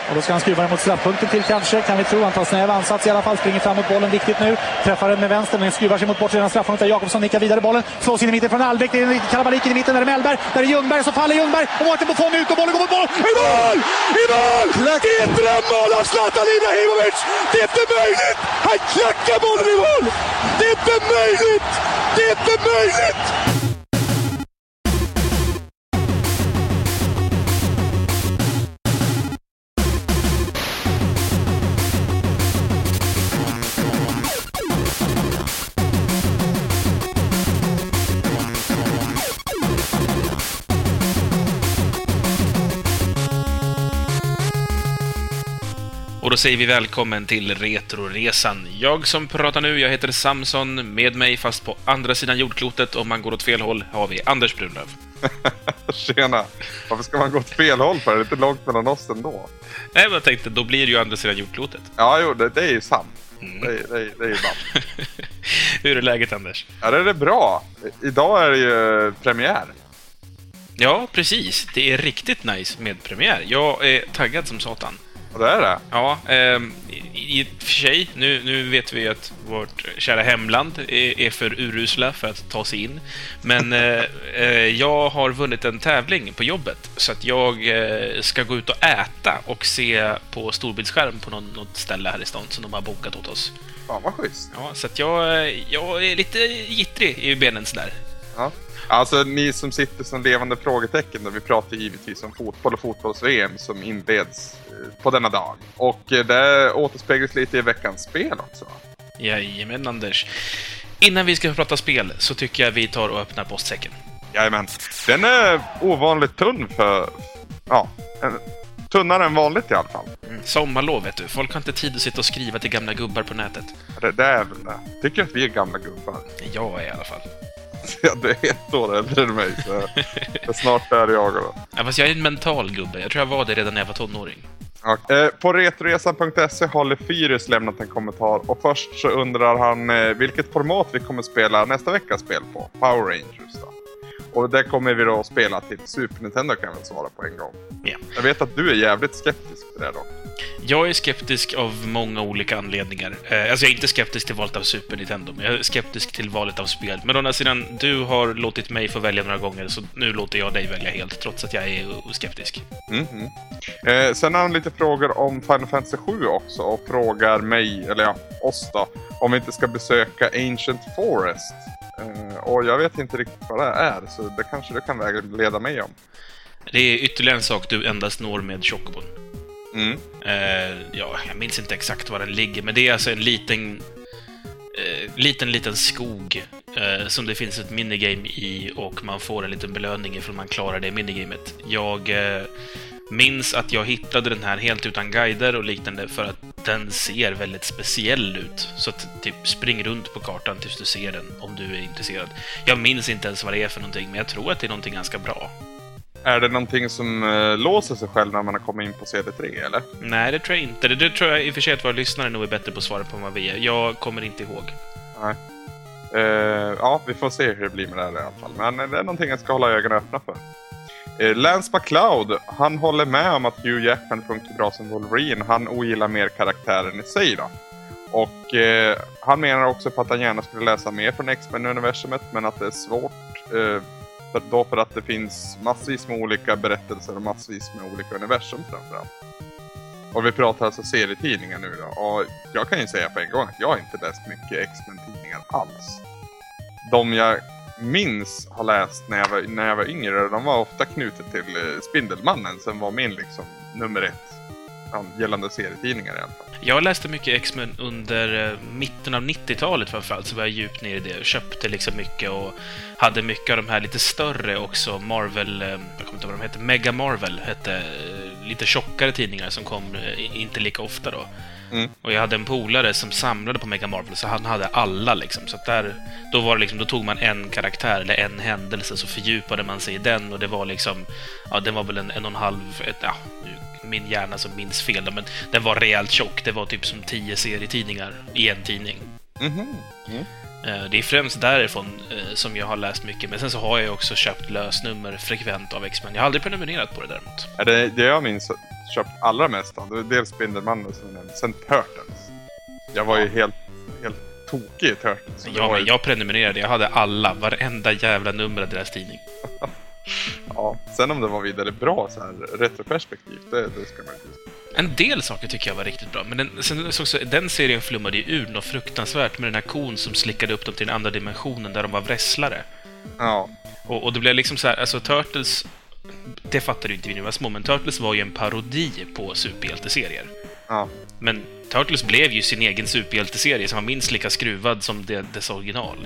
Och då ska han skruva den mot straffpunkten till kanske. Kan vi tro. Han tar snäv ansats i alla fall. Springer fram mot bollen. Viktigt nu. Träffar den med vänster. Men skruvar sig mot bortre straffpunkten. Jakobsson nickar vidare bollen. Slås in i mitten från Albeck. Det är Kalabalik i mitten. Där är Mellberg. Där är Ljungberg. Så faller Ljungberg. Och Mårten Buffon ut. Och bollen går mot mål. I mål! I mål! Det är ett drömmål av Zlatan Ibrahimovic. Det är inte möjligt. Han klackar bollen i mål. Det är inte möjligt. Det är inte möjligt. Och då säger vi välkommen till Retroresan. Jag som pratar nu, jag heter Samson. Med mig fast på andra sidan jordklotet, om man går åt fel håll, har vi Anders Brunlöv. Tjena. Varför ska man gå åt fel håll för? Det är inte långt mellan oss ändå. Nej, men jag tänkte, då blir det ju andra sidan jordklotet. Ja, jo, det är ju sant. Det är ju sant. Hur är läget, Anders? Ja, det är bra. Idag är det ju premiär. Ja, precis. Det är riktigt nice med premiär. Jag är taggad som satan. Och det är det? Ja, i och för sig, nu vet vi att vårt kära hemland är för urusla för att ta sig in. Men jag har vunnit en tävling på jobbet, så att jag ska gå ut och äta och se på storbildsskärm på något ställe här i stan som de har bokat åt oss. Fan, vad schysst. Ja, så att jag är lite gittrig i benen sådär. Ja. Alltså, ni som sitter som levande frågetecken då, vi pratar givetvis om fotboll och fotbolls-VM som inleds på denna dag. Och det återspeglas lite i veckans spel också. Jajamän, Anders. Innan vi ska prata spel så tycker jag vi tar och öppnar postsäcken. Jajamän. Den är ovanligt tunn för... Ja, tunnare än vanligt i alla fall. Sommarlov, vet du. Folk har inte tid att sitta och skriva till gamla gubbar på nätet. Det är väl det. Tycker att vi är gamla gubbar. Jag är i alla fall. Ja, du är ett år äldre än mig, så snart är jag då. Ja, fast jag är en mental gubbe. Jag tror jag var det redan när jag var tonåring. På retroresan.se har Lefyrus lämnat en kommentar. Och först så undrar han vilket format vi kommer spela nästa veckas spel på. Power Rangers då. Och det kommer vi då spela till Super Nintendo, kan jag väl svara på en gång. Ja. Jag vet att du är jävligt skeptisk till det då. Jag är skeptisk av många olika anledningar. Alltså jag är inte skeptisk till valet av Super Nintendo, men jag är skeptisk till valet av spel. Men å andra sidan, du har låtit mig få välja några gånger, så nu låter jag dig välja helt, trots att jag är skeptisk. Sen har han lite frågor om Final Fantasy 7 också, och frågar mig, eller ja, oss då, om vi inte ska besöka Ancient Forest. Och jag vet inte riktigt vad det är, så det kanske du kan vägleda mig om. Det är ytterligare en sak du endast når med Chocobon. Ja, jag minns inte exakt var den ligger, men det är alltså en liten skog som det finns ett minigame i, och man får en liten belöning ifall man klarar det minigamet. Jag minns att jag hittade den här helt utan guider och liknande, för att den ser väldigt speciell ut. Så att typ spring runt på kartan tills du ser den, om du är intresserad. Jag minns inte ens vad det är för någonting, men jag tror att det är någonting ganska bra. Är det någonting som låser sig själv när man har kommit in på CD3, eller? Nej, det tror jag inte. Det tror jag i och för sig att våra lyssnare nog är bättre på att svara på vad vi är. Jag kommer inte ihåg. Nej. Ja, vi får se hur det blir med det här i alla fall. Men det är någonting jag ska hålla ögonen öppna för. Lance McLeod, han håller med om att Hugh Jackman funkar bra som Wolverine. Han ogillar mer karaktären i sig då. Och han menar också på att han gärna skulle läsa mer från X-Men-universumet, men att det är svårt... för att det finns massvis med olika berättelser och massvis med olika universum framförallt. Och vi pratar alltså serietidningar nu då. Och jag kan ju säga på en gång att jag har inte läst mycket X-Men-tidningar alls. De jag minns har läst när jag var yngre, de var ofta knutet till Spindelmannen, som var min liksom nummer 1 gällande serietidningar i alla fall. Jag läste mycket X-Men under mitten av 90-talet framförallt, så var jag djupt ner i det. Köpte liksom mycket och hade mycket av de här lite större också. Marvel, jag kommer inte ihåg vad de hette, Mega Marvel hette, lite tjockare tidningar som kom inte lika ofta då. Och jag hade en polare som samlade på Mega Marvel, så han hade alla liksom. Så att då var det liksom, då tog man en karaktär eller en händelse, så fördjupade man sig i den, och det var liksom, ja, den var väl en och en halv, min hjärna som minns fel, men den var rejält tjock. Det var typ som 10 serietidningar i en tidning. Det är främst därifrån som jag har läst mycket. Men sen så har jag också köpt lösnummer frekvent av X-Men. Jag har aldrig prenumererat på det däremot. Det jag minns köpt allra mest av. Det var dels Spindelmannen och sen Turtles. Jag var ju helt tokig i Turtles. Ja, men jag prenumererade. Jag hade varenda jävla nummer av deras tidning. Ja, sen om det var vidare bra så här retroperspektiv, det ska man inte. En del saker tycker jag var riktigt bra, men den serien flummade ju ur något fruktansvärt med den här kon som slickade upp dem till den andra dimensionen där de var wrestlare. Ja. Och det blev liksom så här, alltså Turtles, det fattade ju inte vi när vi var små, men Turtles var ju en parodi på superhjälteserier. Ja. Men Turtles blev ju sin egen superhjälteserie som var minst lika skruvad som dess original.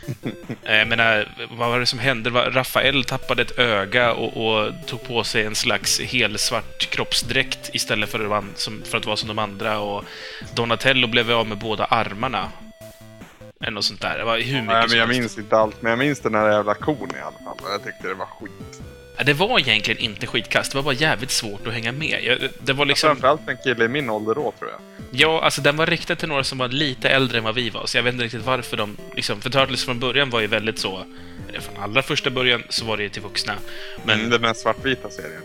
Jag menar, vad var det som hände? Rafael tappade ett öga och tog på sig en slags helsvart kroppsdräkt istället för att vara som de andra. Och Donatello blev av med båda armarna. Eller något sånt där. Det var hur mycket men jag minns inte allt, men jag minns den här jävla kon i alla fall. Jag tyckte det var skit. Det var egentligen inte skitkast. Det var bara jävligt svårt att hänga med. Det var liksom... Framförallt en kille i min ålder då, tror jag. Ja, alltså den var riktad till några som var lite äldre än vad vi var. Så jag vet inte riktigt varför de... Liksom, för Turtles från början var ju väldigt så... Från allra första början så var det till vuxna. Men den här svartvita serien.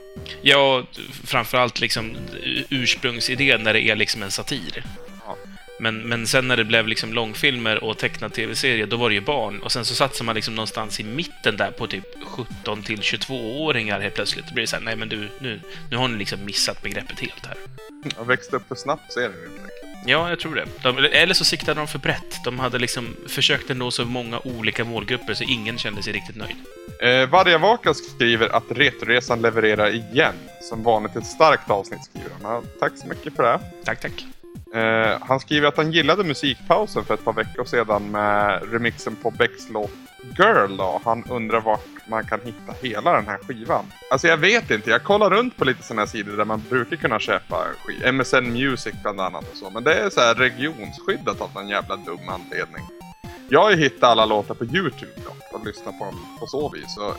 Ja, framförallt liksom ursprungsidén när det är liksom en satir. Ja. Men sen när det blev liksom långfilmer och tecknad tv-serier, då var det ju barn. Och sen så satsar man liksom någonstans i mitten där på typ 17 till 22-åringar helt plötsligt. Då blir det så här, nej men nu har ni liksom missat begreppet helt här. Jag växte upp för snabbt, ser du inte? Ja, jag tror det. Eller så siktade de för brett. De hade liksom försökt nå så många olika målgrupper så ingen kände sig riktigt nöjd. Varjavaka skriver att Retroresan levererar igen. Som vanligt ett starkt avsnitt, skriver han. Tack så mycket för det. Tack. Han skriver att han gillade musikpausen för ett par veckor sedan med remixen på Becks låt Girl då. Han undrar vart man kan hitta hela den här skivan. Alltså jag vet inte, jag kollar runt på lite sådana här sidor där man brukar kunna köpa MSN Music bland annat och så. Men det är så här regionsskyddat av någon jävla dum anledning. Jag har ju hittat alla låtar på YouTube då, och lyssnat på dem på så vis. Så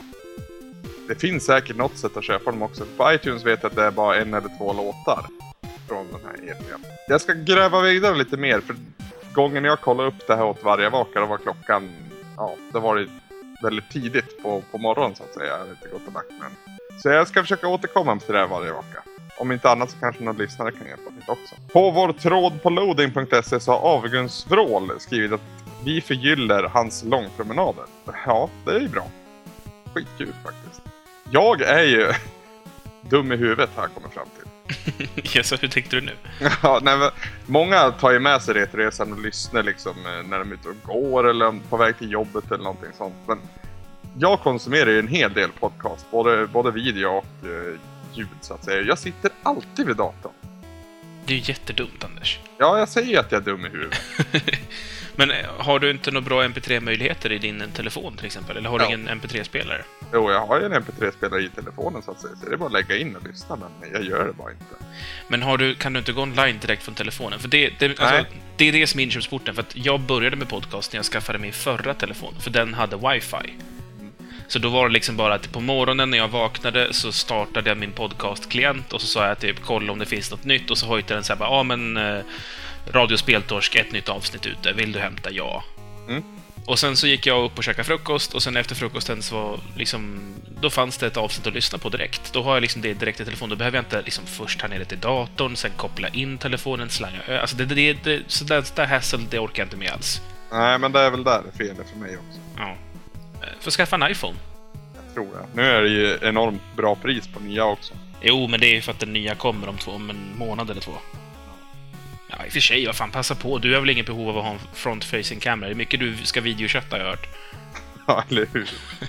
det finns säkert något sätt att köpa dem också. På iTunes vet jag att det är bara 1 eller 2 låtar från den här EPn. Jag ska gräva vidare lite mer, för gången jag kollade upp det här åt Varjavaka, då var klockan, det var det väldigt tidigt på morgonen så att säga. Jag har inte gått och lagt men. Så jag ska försöka återkomma till det här Varjavaka. Om inte annat så kanske någon lyssnare kan hjälpa till också. På vår tråd på loading.se så har Avgunds Vrål skrivit att vi förgyller hans långpromenader. Ja, det är ju bra. Skitkul faktiskt. Jag är ju dum i huvudet här kommer fram till. Ja, så hur tänkte du nu? Ja, nej, många tar ju med sig Retroresan och lyssnar liksom när de är ute och går eller på väg till jobbet eller någonting sånt. Men jag konsumerar ju en hel del podcast, både video och ljud så att säga. Jag sitter alltid vid datorn. Det är ju jättedumt, Anders. Ja, jag säger att jag är dum i huvudet. Men har du inte några bra MP3-möjligheter i din telefon till exempel? Eller har du ingen MP3-spelare? Jo, jag har ju en MP3-spelare i telefonen så att säga. Så det är bara att lägga in och lyssna, men jag gör det bara inte. Men kan du inte gå online direkt från telefonen? För det är det som är inkörsporten. För att jag började med podcast när jag skaffade min förra telefon. För den hade wifi. Så då var det liksom bara att på morgonen när jag vaknade så startade jag min podcast-klient och så sa jag typ kolla om det finns något nytt och så hojtade den så här Radio Speltorsk, ett nytt avsnitt ute. Vill du hämta? Ja. Och sen så gick jag upp och käkade frukost och sen efter frukosten så liksom då fanns det ett avsnitt att lyssna på direkt. Då har jag liksom det direkt i telefon. Då behöver jag inte liksom först ta ner det till datorn, sen koppla in telefonen, slanga. Alltså så där hassle, det orkar jag inte med alls. Nej, men det är väl där det fel för mig också. Ja. Får skaffa en iPhone. Jag tror det. Nu är det ju enormt bra pris på nya också. Jo, men det är ju för att den nya kommer om en månad eller 2. Ja, i och för sig, vad fan, passa på. Du har väl ingen behov av att ha en front-facing kamera. Det är mycket du ska videochatta, har jag hört. Ja, eller hur?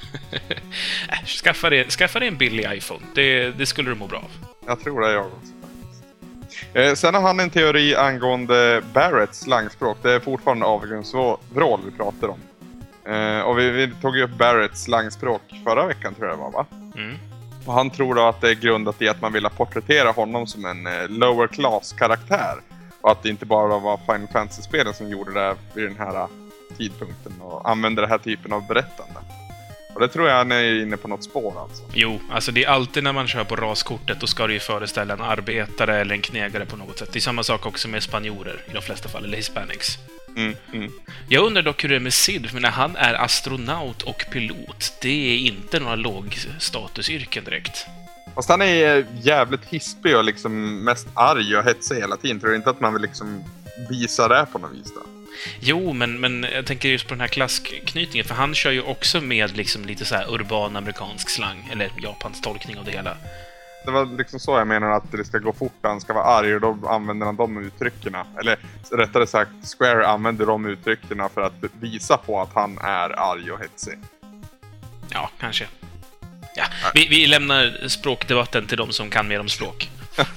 Skaffa dig en billig iPhone. Det skulle du må bra av. Jag tror det är jag också. Sen har han en teori angående Barretts slangspråk. Det är fortfarande Avgunds Vrål vi pratar om. Och vi tog ju upp Barretts slangspråk förra veckan, tror jag det var, va? Och han tror då att det är grundat i att man vill porträttera honom som en lower class-karaktär. Och att det inte bara var Final Fantasy-spelen som gjorde det vid den här tidpunkten och använde den här typen av berättande. Och det tror jag han är inne på något spår alltså. Jo, alltså det är alltid när man kör på raskortet då ska det ju föreställa en arbetare eller en knegare på något sätt. Det är samma sak också med spanjorer i de flesta fall, eller hispanics. Jag undrar dock hur det är med Sid, för när han är astronaut och pilot, det är inte några lågstatusyrken direkt. Fast han är jävligt hispig och liksom mest arg och hetsig hela tiden. Tror du inte att man vill liksom visa det på något vis då? Jo, men jag tänker just på den här klassknytningen, för han kör ju också med liksom lite så här urban amerikansk slang, eller Japans tolkning av det hela. Det var liksom så jag menar, att det ska gå fort, han ska vara arg, och då använder han de uttryckerna. Eller rättare sagt, Square använder de uttryckerna för att visa på att han är arg och hetsig. Ja, kanske. Ja, vi lämnar språkdebatten till de som kan mer om språk.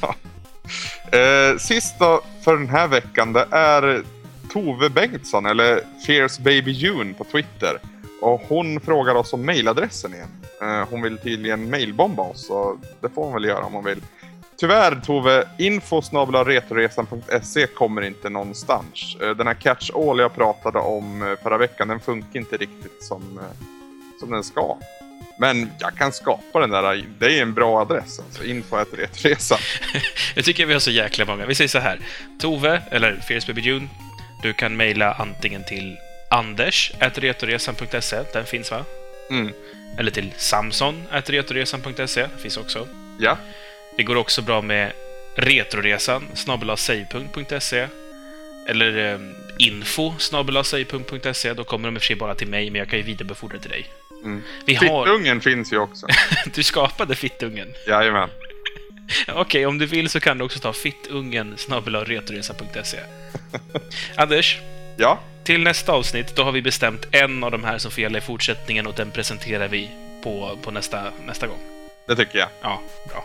Sist då för den här veckan, det är Tove Bengtsson, eller Fierce Baby June på Twitter. Och hon frågar oss om mailadressen igen. Hon vill tydligen mailbomba oss, och det får hon väl göra om hon vill. Tyvärr Tove, info@retroresan.se kommer inte någonstans. Den här catch-all jag pratade om förra veckan, den funkar inte riktigt som den ska. Men jag kan skapa den där, det är en bra adress, alltså info@retroresan. Jag tycker vi har så jäkla många. Vi säger så här: Tove, eller Fierce Baby June, du kan mejla antingen till anders@retroresan.se, den finns va? Mm. Eller till samson@retroresan.se, finns också. Ja. Det går också bra med retroresan@save.se eller info@save.se. Då kommer de i och för sig bara till mig, men jag kan ju vidarebefordra till dig. Mm. Fittungen finns ju också. Du skapade fittungen. Jajamän. Okej, om du vill så kan du också ta fittungen@retroresan.se. Anders? Ja? Till nästa avsnitt, då har vi bestämt en av de här som får gälla i fortsättningen, och den presenterar vi på nästa gång. Det tycker jag. Ja, bra.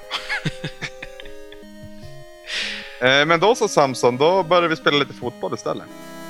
Men då så Samson, då börjar vi spela lite fotboll istället.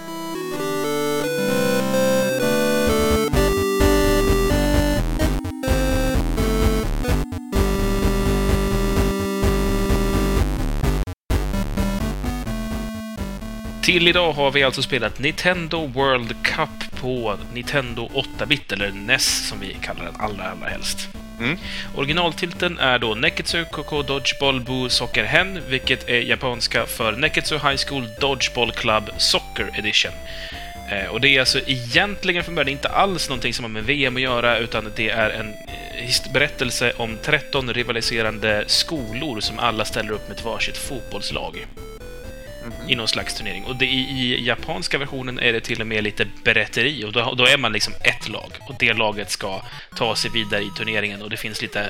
Till idag har vi alltså spelat Nintendo World Cup på Nintendo 8-bit, eller NES som vi kallar den allra helst. Originaltiteln är då Neketsu Koko Dodgeball Boo Soccer Hen, vilket är japanska för Neketsu High School Dodgeball Club Soccer Edition. Och det är alltså egentligen från början inte alls någonting som har med VM att göra, utan det är en berättelse om 13 rivaliserande skolor som alla ställer upp med ett varsitt fotbollslag i någon slags turnering. Och i japanska versionen är det till och med lite berätteri, och då är man liksom ett lag, och det laget ska ta sig vidare i turneringen, och det finns lite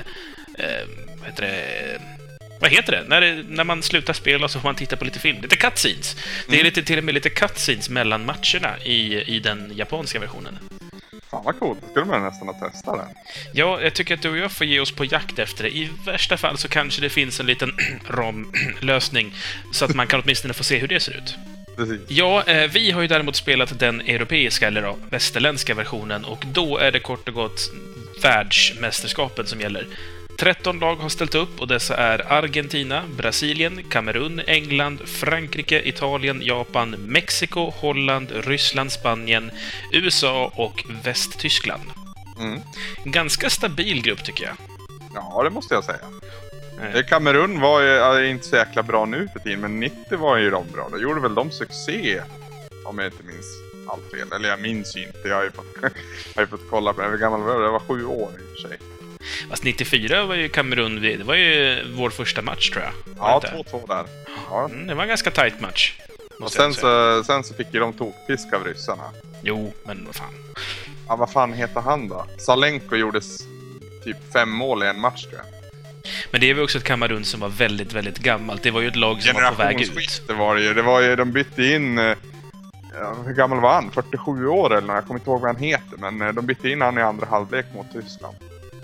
vad heter det? När man slutar spela så får man titta på lite film, lite cutscenes. Det är till och med lite cutscenes mellan matcherna i den japanska versionen. Fan vad coolt, det skulle man nästan ha testat det. Ja, jag tycker att du och jag får ge oss på jakt efter det. I värsta fall så kanske det finns en liten ROM-lösning, så att man kan åtminstone få se hur det ser ut. Precis. Ja, vi har ju däremot spelat den europeiska, eller då, västerländska versionen, och då är det kort och gott världsmästerskapen som gäller. 13 lag har ställt upp, och dessa är Argentina, Brasilien, Kamerun, England, Frankrike, Italien, Japan, Mexiko, Holland, Ryssland, Spanien, USA och Västtyskland. Ganska stabil grupp tycker jag. Ja, det måste jag säga. Kamerun var ju inte så jäkla bra nu för tiden, men 90 var ju de bra. Då gjorde väl de succé, om jag inte minns allt fel. Eller jag minns ju inte, jag har ju fått kolla på det. Hur gammal var jag? Det var 7 år i och för sig. Fast 94 var ju Kamerun, det var ju vår första match tror jag. Ja, 2-2 där. Ja. Det var en ganska tight match. Och sen så fick ju de tokpisk av ryssarna. Jo, men vad fan. Ja, vad fan heter han då? Salenko gjorde typ 5 mål i en match tror jag. Men det är väl också ett Kamerun som var väldigt, väldigt gammalt. Det var ju ett lag som var på väg ut. Det var ju, de bytte in... hur gammal var han? 47 år eller något. Jag kommer inte ihåg vad han heter, men de bytte in han i andra halvlek mot Ryssland.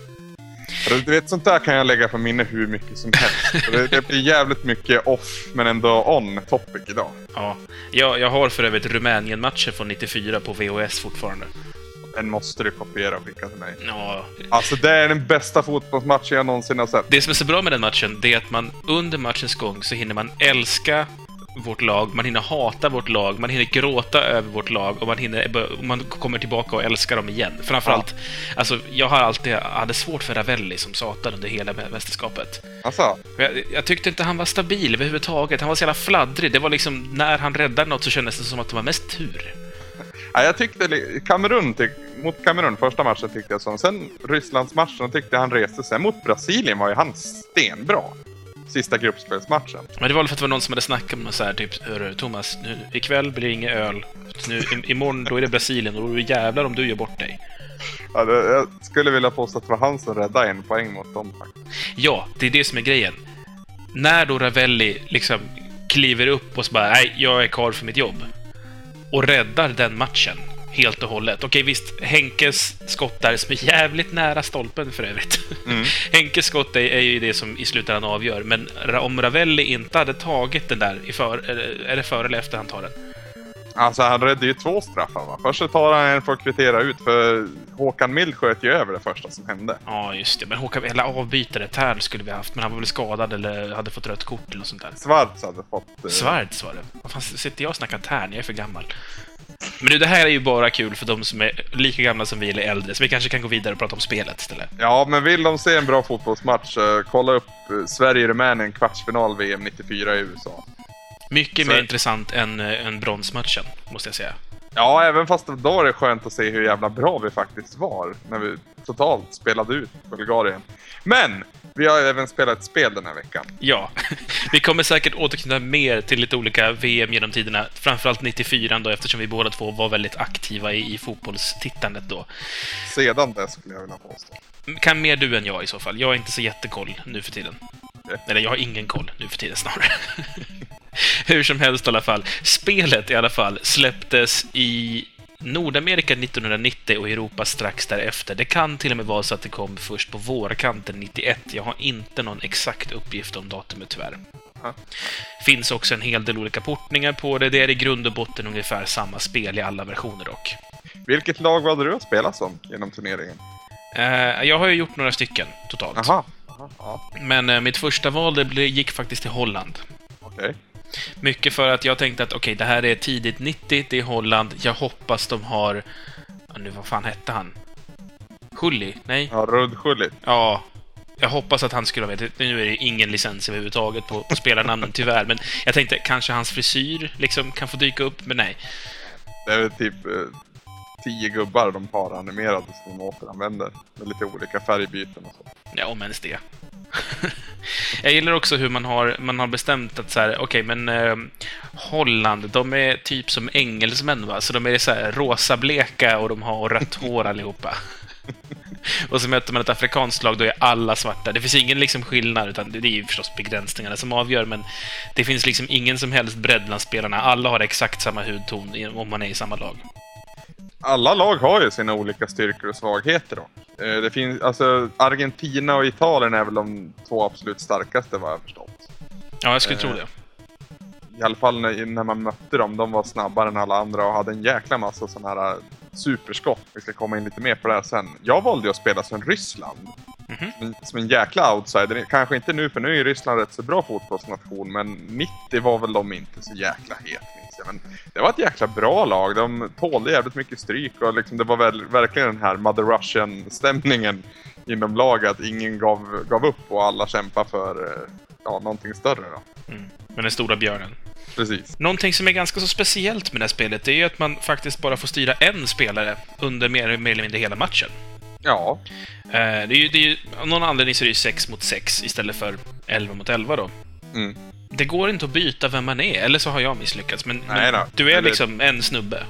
Du vet, sånt där kan jag lägga på minne hur mycket som helst. Det blir jävligt mycket off, men ändå on topic idag. Ja, jag har för övrigt Rumänien-matcher från 94 på VHS fortfarande. Den måste du kopiera och skicka till mig. Ja. Alltså det är den bästa fotbollsmatchen jag någonsin har sett. Det som är så bra med den matchen, det är att man under matchens gång så hinner man älska vårt lag, man hinner hata vårt lag, man hinner gråta över vårt lag, och man kommer tillbaka och älskar dem igen. Framförallt, alltså jag hade svårt för Ravelli som satan under hela mästerskapet. Alltså? Jag tyckte inte han var stabil överhuvudtaget. Han var så jävla fladdrig. Det var liksom, när han räddade något så kändes det som att det var mest tur. Ja, jag tyckte mot Kamerun första matchen tyckte jag så. Sen Rysslands matchen tyckte han reste sig. Mot Brasilien var ju han stenbra. Sista gruppspelsmatchen. Men det var väl för att det var någon som hade snackat om så här typ, hörru Thomas, nu, ikväll blir det ingen öl. Nu, imorgon då är det Brasilien och då är det jävlar om du gör bort dig. Ja, jag skulle vilja påstå att det var han som räddade en poäng mot dem faktiskt. Ja, det är det som är grejen. När då Ravelli liksom kliver upp och så bara, nej, jag är kvar för mitt jobb. Och räddar den matchen helt och hållet. Okej, visst, Henkes skott där som är jävligt nära stolpen för övrigt. Henkes skott är ju det som i slutändan avgör. Men om Ravelli inte hade tagit den där är det före eller efter han tar den? Alltså han räddade ju 2 straffar va? Först så tar han en för att kvittera ut för Håkan Mild sköt ju över det första som hände. Ja, just det. Men Håkan, eller avbytare, Tärn skulle vi haft. Men han var väl skadad eller hade fått rött kort eller något sånt där. Svarts hade fått... Svarts var det. Vad fan sitter jag och snackar Tärn? Jag är för gammal. Men nu, det här är ju bara kul för de som är lika gamla som vi eller äldre. Så vi kanske kan gå vidare och prata om spelet istället. Ja, men vill de se en bra fotbollsmatch, kolla upp Sverige-Rumänien kvartsfinal VM 94 i USA. Mycket mer intressant än bronsmatchen, måste jag säga. Ja, även fast då är det skönt att se hur jävla bra vi faktiskt var när vi totalt spelade ut Bulgarien. Men vi har även spelat ett spel den här veckan. Ja, vi kommer säkert återknyta mer till lite olika VM genom tiderna. Framförallt 94 då, eftersom vi båda två var väldigt aktiva i fotbollstittandet då. Sedan det skulle jag vilja påstå. Kan mer du än jag i så fall. Jag är inte så jättekoll nu för tiden. Eller jag har ingen koll nu för tiden snarare. Hur som helst i alla fall. Spelet i alla fall släpptes i Nordamerika 1990 och Europa strax därefter. Det kan till och med vara så att det kom först på vårkanten 91. Jag har inte någon exakt uppgift om datumet tyvärr. Finns också en hel del olika portningar på det. Det är i grund och botten ungefär samma spel i alla versioner dock. Vilket lag valde du att spela som genom turneringen? Jag har ju gjort några stycken totalt. Aha. Men mitt första val gick faktiskt till Holland. Okej. Mycket för att jag tänkte att okej, det här är tidigt 90, det är Holland. Jag hoppas de har... nu, vad fan hette han? Schulli? Nej? Ja, Rud Schulli. Ja, jag hoppas att han skulle vara med. Nu är det ingen licens överhuvudtaget på spelarnamnen tyvärr. Men jag tänkte kanske hans frisyr liksom kan få dyka upp, men nej. Det är väl typ 10 gubbar de par animerade som de återanvänder. Med lite olika färgbyten och så. Ja, om ens det. Jag gillar också hur man har bestämt att så här, okej, men Holland, de är typ som engelsmän va? Så de är så här rosa bleka och de har rött hår allihopa. Och så möter man ett afrikanskt lag, då är alla svarta. Det finns ingen liksom skillnad, utan det är ju förstås begränsningarna som avgör, men det finns liksom ingen som helst bredd bland spelarna. Alla har exakt samma hudton om man är i samma lag. Alla lag har ju sina olika styrkor och svagheter då. Det finns, alltså Argentina och Italien är väl de 2 absolut starkaste vad jag förstått. Ja, jag skulle tro det. I alla fall när man mötte dem, de var snabbare än alla andra och hade en jäkla massa sådana här superskott. Vi ska komma in lite mer på det här sen. Jag valde att spela som Ryssland. Som en jäkla outsider. Kanske inte nu, för nu är ju Ryssland rätt så bra fotbollsnation, men 90 var väl de inte så jäkla het. Men det var ett jäkla bra lag. De tålde jävligt mycket stryk och liksom det var verkligen den här Mother Russian-stämningen inom laget. Att ingen gav upp och alla kämpade för någonting större då. Men den stora björnen. Precis. Någonting som är ganska så speciellt med det här spelet är ju att man faktiskt bara får styra en spelare under mer eller mindre hela matchen. Ja. Det är ju av någon anledning så är det ju 6 mot 6 istället för 11 mot 11 då. Det går inte att byta vem man är, eller så har jag misslyckats. Men du är liksom en snubbe.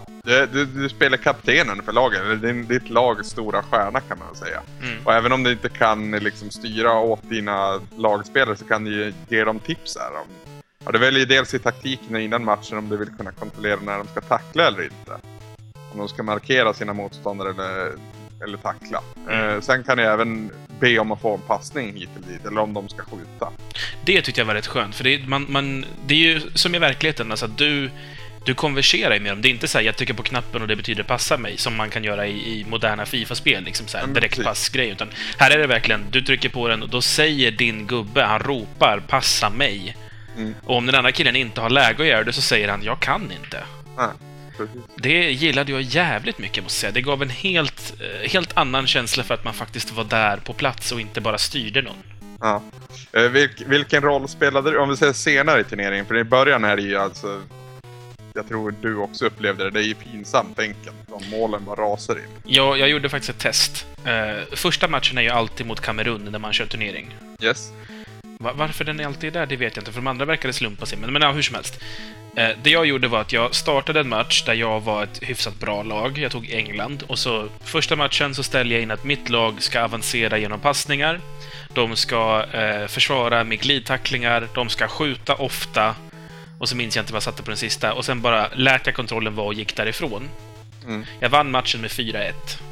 Du spelar kaptenen för laget, eller ditt lags stora stjärna kan man säga. Och även om du inte kan liksom styra åt dina lagspelare så kan du ge dem tips här. Du väljer dels i taktiken innan matchen om du vill kunna kontrollera när de ska tackla eller inte. Om de ska markera sina motståndare eller tackla. Sen kan jag även be om att få en passning hit eller dit, eller om de ska skjuta. Det tyckte jag var rätt skönt, för det är ju som i verkligheten, alltså att du konverserar med dem. Det är inte så här, jag trycker på knappen och det betyder passa mig, som man kan göra i moderna FIFA-spel, liksom så här, direktpassgrej. Utan här är det verkligen, du trycker på den och då säger din gubbe, han ropar, passa mig. Och om den andra killen inte har läge att göra det så säger han, jag kan inte. Det gillade jag jävligt mycket, måste jag säga. Det gav en helt annan känsla för att man faktiskt var där på plats och inte bara styrde någon. Ja. Vilken roll spelade du, om vi säger senare i turneringen? För i början är det ju alltså jag tror du också upplevde det. Det är ju pinsamt enkelt om målen bara rasar in. Ja, jag gjorde faktiskt ett test. Första matchen är ju alltid mot Kamerun när man kör turnering. Yes. Varför den är alltid där, det vet jag inte. För de andra verkade slumpa sig. Men ja, hur som helst. Det jag gjorde var att jag startade en match där jag var ett hyfsat bra lag. Jag tog England. Och så första matchen så ställde jag in att mitt lag ska avancera genom passningar. De ska försvara med glidtacklingar. De ska skjuta ofta. Och så minns jag inte vad jag satte på den sista. Och sen bara lät jag kontrollen vara och gick därifrån. Jag vann matchen med 4-1.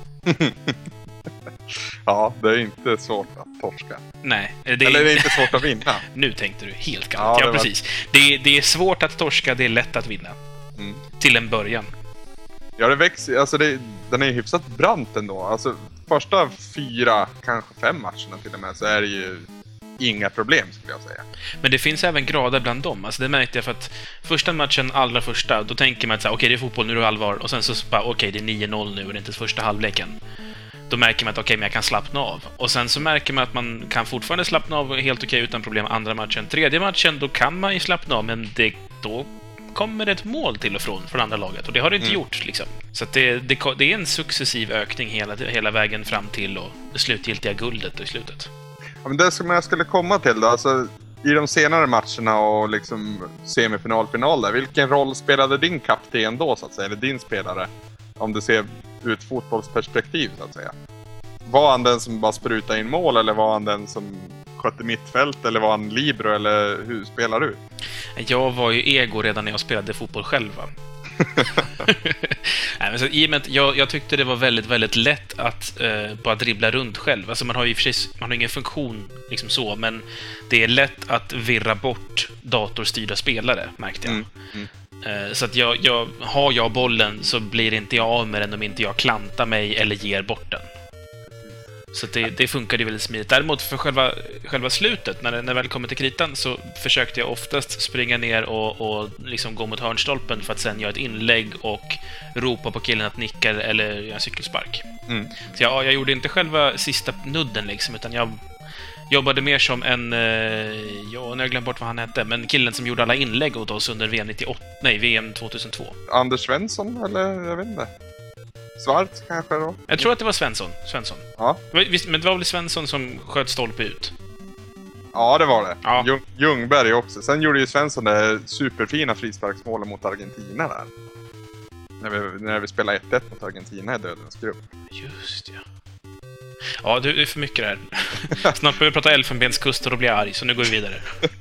Ja, det är inte svårt att torska. Nej. Eller det är inte svårt att vinna. Nu tänkte du helt galet. Ja, precis. Det är svårt att torska, det är lätt att vinna. Till en början. Ja, det växer. Alltså den är ju hyfsat brant ändå. Alltså första 4, kanske 5 matcherna till och med, så är det ju inga problem, skulle jag säga. Men det finns även grader bland dem. Alltså det märkte jag för att första matchen, allra första, då tänker man att okej, det är fotboll, nu är det allvar. Och sen så bara, okej, det är 9-0 nu och det är inte första halvleken. Då märker man att okej, men jag kan slappna av. Och sen så märker man att man kan fortfarande slappna av helt okej utan problem andra matchen. Tredje matchen, då kan man ju slappna av, men då kommer det ett mål till och från andra laget. Och det har det inte gjort, liksom. Så att det är en successiv ökning hela vägen fram till och det slutgiltiga guldet i slutet. Ja, men det som jag skulle komma till då, alltså i de senare matcherna och liksom semifinal där, vilken roll spelade din kapten då, så att säga, eller din spelare, om du ser ut fotbollsperspektiv, så att säga? Var han den som bara sprutade in mål, eller var han den som skötte mittfält, eller var han libero, eller hur spelar du? Jag var ju ego redan när jag spelade fotboll själv, va? Nej, men så, i och med att jag tyckte det var väldigt, väldigt lätt att bara dribbla runt själv. Alltså man har ju för sig, man har ingen funktion liksom så, men det är lätt att virra bort datorstyrda spelare, märkte jag. Så att har jag bollen så blir inte jag av med den om inte jag klantar mig eller ger bort den. Så det funkade ju väldigt smidigt. Däremot för själva slutet, när det väl kommer till kritan, så försökte jag oftast springa ner och liksom gå mot hörnstolpen för att sen göra ett inlägg och ropa på killen att nicka eller göra en cykelspark. Så jag gjorde inte själva sista nudden liksom, utan jag jobbade mer som en... nu har jag glömt bort vad han hette, men killen som gjorde alla inlägg åt oss under VM 2002. Anders Svensson, eller jag vet inte. Svart kanske då? Jag tror att det var Svensson. Ja. Men det var väl Svensson som sköt stolpe ut? Ja, det var det. Ja. Ljungberg också. Sen gjorde ju Svensson det superfina frisparksmålet mot Argentina där. När vi spelade 1-1 mot Argentina i dödens grupp. Just ja. Ja, det är för mycket det här. Snart börjar vi prata elfenbenskust och då blir jag arg, så nu går vi vidare.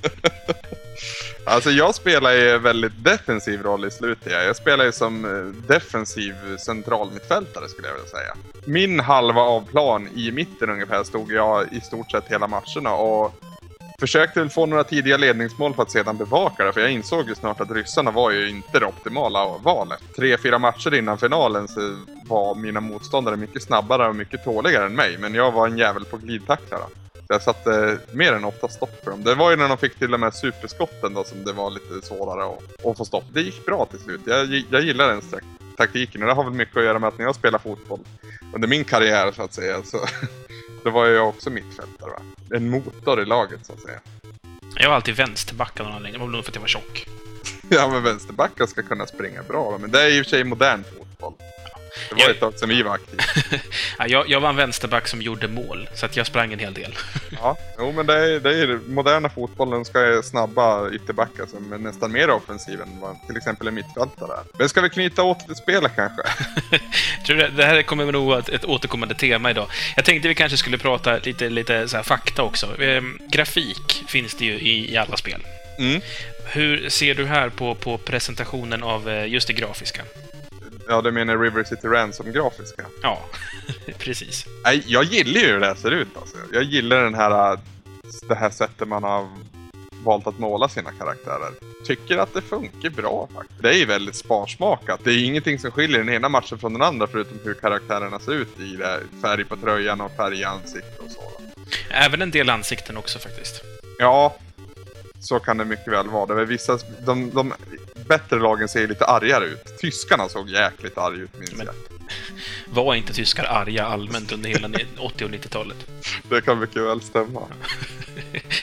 Alltså jag spelar ju väldigt defensiv roll i slutet. Jag spelar ju som defensiv centralmittfältare, skulle jag vilja säga. Min halva av plan i mitten ungefär stod jag i stort sett hela matcherna och försökte väl få några tidiga ledningsmål för att sedan bevaka det. För jag insåg ju snart att ryssarna var ju inte det optimala valet. 3-4 matcher innan finalen så var mina motståndare mycket snabbare och mycket tåligare än mig. Men jag var en jävel på glidtacklarna. Så jag satte mer än 8 stopp för dem. Det var ju när de fick till och med superskotten då som det var lite svårare att få stopp. Det gick bra till slut. Jag gillar den taktiken, och det har väl mycket att göra med att när jag spelar fotboll under min karriär, så att säga, så då var jag också mittfältare, va? En motor i laget, så att säga. Jag var alltid vänsterback av någon anledning. Det var nog för att jag var tjock. Ja, men vänsterbackar ska kunna springa bra, men det är i och för sig modern fotboll. Det var ett tag som vi var aktiva. Jag var en vänsterback som gjorde mål, så att jag sprang en hel del. Ja, jo, men det är moderna fotbollen ska snabba ytterbackar som är nästan mer offensiv än vad till exempel en mittfältare. Men ska vi knyta åt till spelet kanske? Jag tror det här kommer nog vara ett återkommande tema idag. Jag tänkte vi kanske skulle prata lite så här fakta också. Grafik finns det ju i alla spel. Hur ser du här på presentationen av just det grafiska? Ja, du menar River City Ransom-grafiska? Ja, precis. Nej, jag gillar ju hur det här ser ut, alltså. Jag gillar det här sättet man har valt att måla sina karaktärer. Tycker att det funkar bra faktiskt. Det är ju väldigt sparsmakat. Det är ingenting som skiljer den ena matchen från den andra förutom hur karaktärerna ser ut i det. Färg på tröjan och färg i ansiktet och så. Även en del ansikten också faktiskt. Ja, så kan det mycket väl vara. Det är vissa, de bättre lagen ser lite argare ut. Tyskarna såg jäkligt arga ut, minns jag. Var inte tyskar arga allmänt under hela 80- och 90-talet? Det kan mycket väl stämma.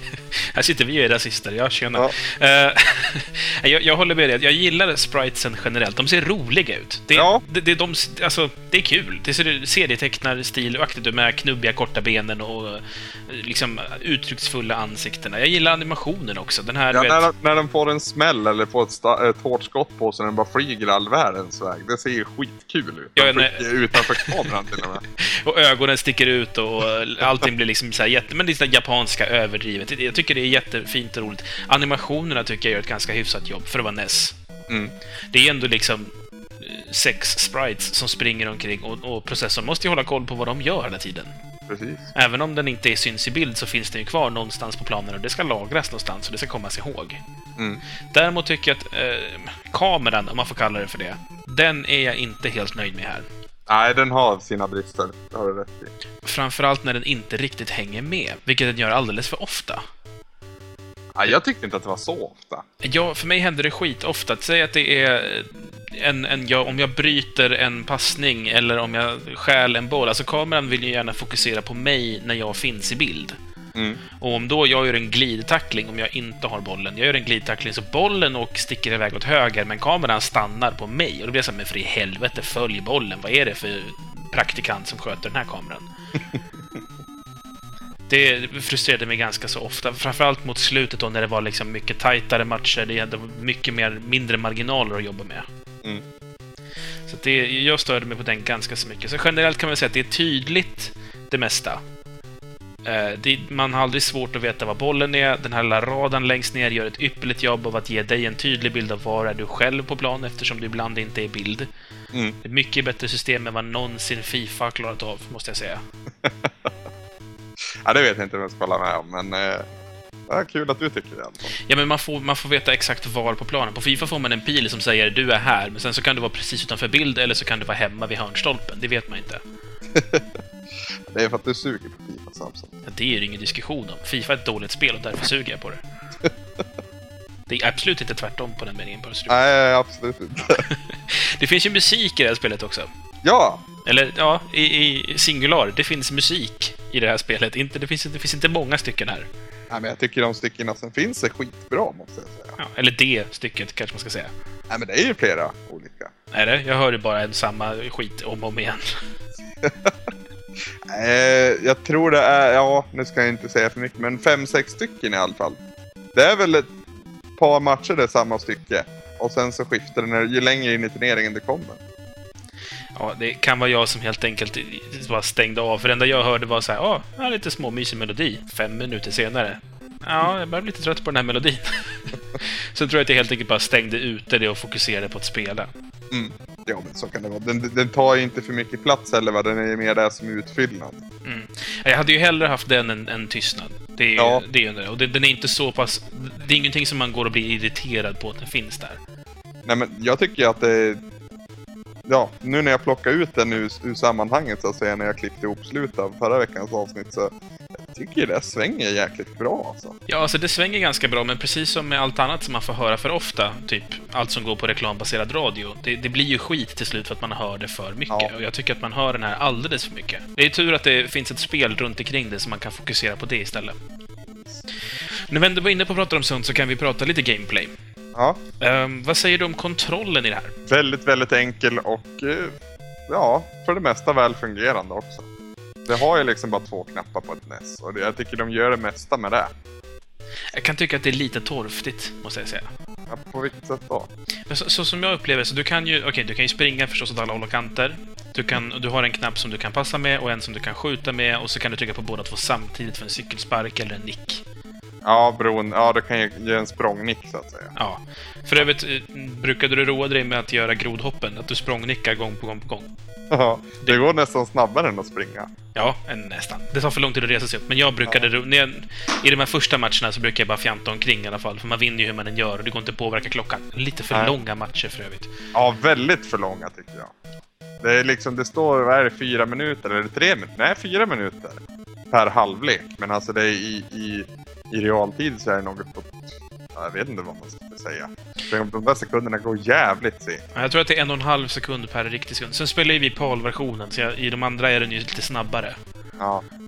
Här sitter vi och är rasister, jag känner. Ja. Jag håller med dig. Jag gillar spritesen generellt. De ser roliga ut. Det är kul. Det ser serietecknarstilaktigt ut med knubbiga korta benen och liksom uttrycksfulla ansiktena. Jag gillar animationen också. Den här, när de får en smäll eller får ett hårt skott på sig, den bara flyger all världens väg. Det ser ju skitkul ut. Utanför kameran till och med. Och ögonen sticker ut och allting blir liksom så här men det är så japanska överdrivet. Jag tycker det är jättefint och roligt. Animationerna tycker jag gör ett ganska hyfsat jobb för att vara NES. Det är ändå liksom 6 sprites som springer omkring och processorn måste ju hålla koll på vad de gör hela tiden. Precis. Även om den inte är syns i bild så finns den ju kvar någonstans på planen och det ska lagras någonstans och det ska komma sig ihåg. Däremot tycker jag att kameran, om man får kalla det för det, den är jag inte helt nöjd med här. Nej, den har sina brister. Det har du rätt i. Framförallt när den inte riktigt hänger med, vilket den gör alldeles för ofta. Ja, jag tyckte inte att det var så ofta. Ja, för mig händer det skit ofta. Att säga att det är om jag bryter en passning eller om jag stjäl en boll. Alltså kameran vill ju gärna fokusera på mig när jag finns i bild. Och om då jag gör en glidtackling om jag inte har bollen. Jag gör en glidtackling så bollen och sticker iväg åt höger men kameran stannar på mig. Och då blir jag så här, men för i helvete, följ bollen. Vad är det för praktikant som sköter den här kameran? Det frustrerade mig ganska så ofta. Framförallt mot slutet då när det var liksom mycket tajtare matcher. Det hade mycket mindre marginaler att jobba med. Så jag störde mig på den ganska så mycket. Så generellt kan man säga att det är tydligt det mesta. Man har aldrig svårt att veta vad bollen är. Den här lilla radarn längst ner gör ett ypperligt jobb av att ge dig en tydlig bild av var är du själv på plan eftersom du ibland inte är i bild. Ett mycket bättre system än vad någonsin FIFA har klarat av, måste jag säga. Ja, det vet jag inte om jag ska hålla med om, men det är kul att du tycker det. Alltså. Ja, men man får veta exakt var på planen. På FIFA får man en pil som säger du är här, men sen så kan du vara precis utanför bild eller så kan du vara hemma vid hörnstolpen. Det vet man inte. Det är för att du suger på FIFA, Samson. Ja, det är ju ingen diskussion om. FIFA är ett dåligt spel och därför suger jag på det. Det är absolut inte tvärtom på den meningen. Nej, absolut inte. Det finns ju musik i det här spelet också. Ja! Eller, ja, i singular. Det finns musik i det här spelet. Det finns inte många stycken här. Nej, men jag tycker de stycken som finns är skitbra, måste jag säga. Ja, eller det stycket, kanske man ska säga. Nej, men det är ju flera olika. Är det? Jag hör ju bara samma skit om och om igen. Jag tror det är, ja, nu ska jag inte säga för mycket, men 5-6 stycken i alla fall. Det är väl ett par matcher det är samma stycke. Och sen så skiftar det ju längre in i turneringen det kommer. Ja, det kan vara jag som helt enkelt bara stängde av. För det enda jag hörde var så här, jag har lite småmysig melodi. 5 minuter senare. Ja, jag börjar bli lite trött på den här melodin. Sen tror jag att jag helt enkelt bara stängde ute det och fokuserade på att spela. Ja, men så kan det vara. Den tar ju inte för mycket plats heller, va? Den är mer där som utfyllnad. Jag hade ju hellre haft den än tystnad. Det är ju det. Och den är inte så pass... Det är ingenting som man går och blir irriterad på att den finns där. Nej, men jag tycker att det... Ja, nu när jag plockar ut den ur sammanhanget så att säga, när jag klippte ihop slutet av förra veckans avsnitt, så jag tycker det svänger jäkligt bra alltså. Ja, alltså det svänger ganska bra, men precis som med allt annat som man får höra för ofta, typ allt som går på reklambaserad radio, det blir ju skit till slut för att man hör det för mycket. Ja. Och jag tycker att man hör den här alldeles för mycket. Det är tur att det finns ett spel runt omkring det så man kan fokusera på det istället. När vi ändå var inne på att prata om sånt så kan vi prata lite gameplay. Ja. Vad säger du om kontrollen i det här? Väldigt, väldigt enkel och ja, för det mesta väl fungerande också. Det har ju liksom bara 2 knappar på ett NES och jag tycker de gör det mesta med det. Jag kan tycka att det är lite torftigt, måste jag säga. Ja, på vilket sätt då? Så som jag upplever så du kan ju springa förstås åt alla håll och kanter. Du har en knapp som du kan passa med och en som du kan skjuta med och så kan du trycka på båda två samtidigt för en cykelspark eller en nick. Ja, det kan ju ge en språngnick så att säga. Ja. För övrigt, brukade du roa dig med att göra grodhoppen? Att du språngnickar gång på gång? Ja, det går nästan snabbare än att springa. Ja, nästan. Det tar för lång tid att resa sig upp. Men jag brukade... I de här första matcherna så brukar jag bara fjanta omkring i alla fall. För man vinner ju hur man än gör och det går inte att påverka klockan. Lite för långa matcher för övrigt. Ja, väldigt för långa tycker jag. Det är liksom, det står, vad är det, 4 minuter eller 3 minuter? Nej, 4 minuter per halvlek. Men alltså det är i realtid så är det något på... Jag vet inte vad man ska säga. De där sekunderna går jävligt segt. Jag tror att det är 1,5 sekund per riktig sekund. Sen spelar vi PAL-versionen, så i de andra är den ju lite snabbare. Ja.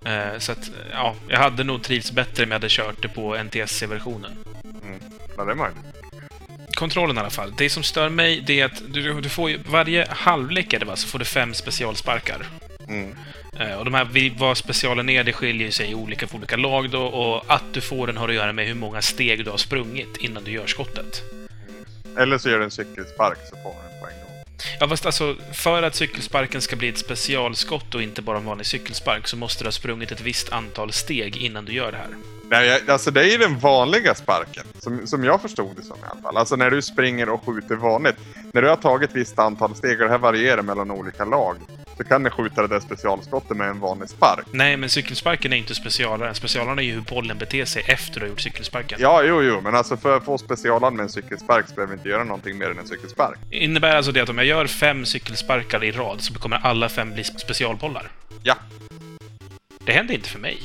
Så att, ja, jag hade nog trivts bättre om jag hade kört det på NTSC-versionen. Ja, det är möjligt. Kontrollen i alla fall. Det som stör mig, det är att du får ju, varje halvlek är det, va, så får du 5 specialsparkar. Och de här, vad specialen är, det skiljer sig i olika för olika lag då, och att du får den har att göra med hur många steg du har sprungit innan du gör skottet. Eller så gör du en cykelspark så får du en på en gång. Ja, fast alltså, för att cykelsparken ska bli ett specialskott och inte bara en vanlig cykelspark så måste du ha sprungit ett visst antal steg innan du gör det här. Nej, alltså det är ju den vanliga sparken, som jag förstod det som i alla fall. Alltså när du springer och skjuter vanligt. När du har tagit ett visst antal steg, och det här varierar mellan olika lag, så kan du skjuta det där specialskottet med en vanlig spark. Nej, men cykelsparken är inte specialaren. Specialaren är ju hur bollen beter sig efter du har gjort cykelsparken. Ja, jo, men alltså för att få specialaren med en cykelspark så behöver vi inte göra någonting mer än en cykelspark. Innebär alltså det att om jag gör 5 cykelsparkar i rad så kommer alla 5 bli specialbollar? Ja. Det händer inte för mig.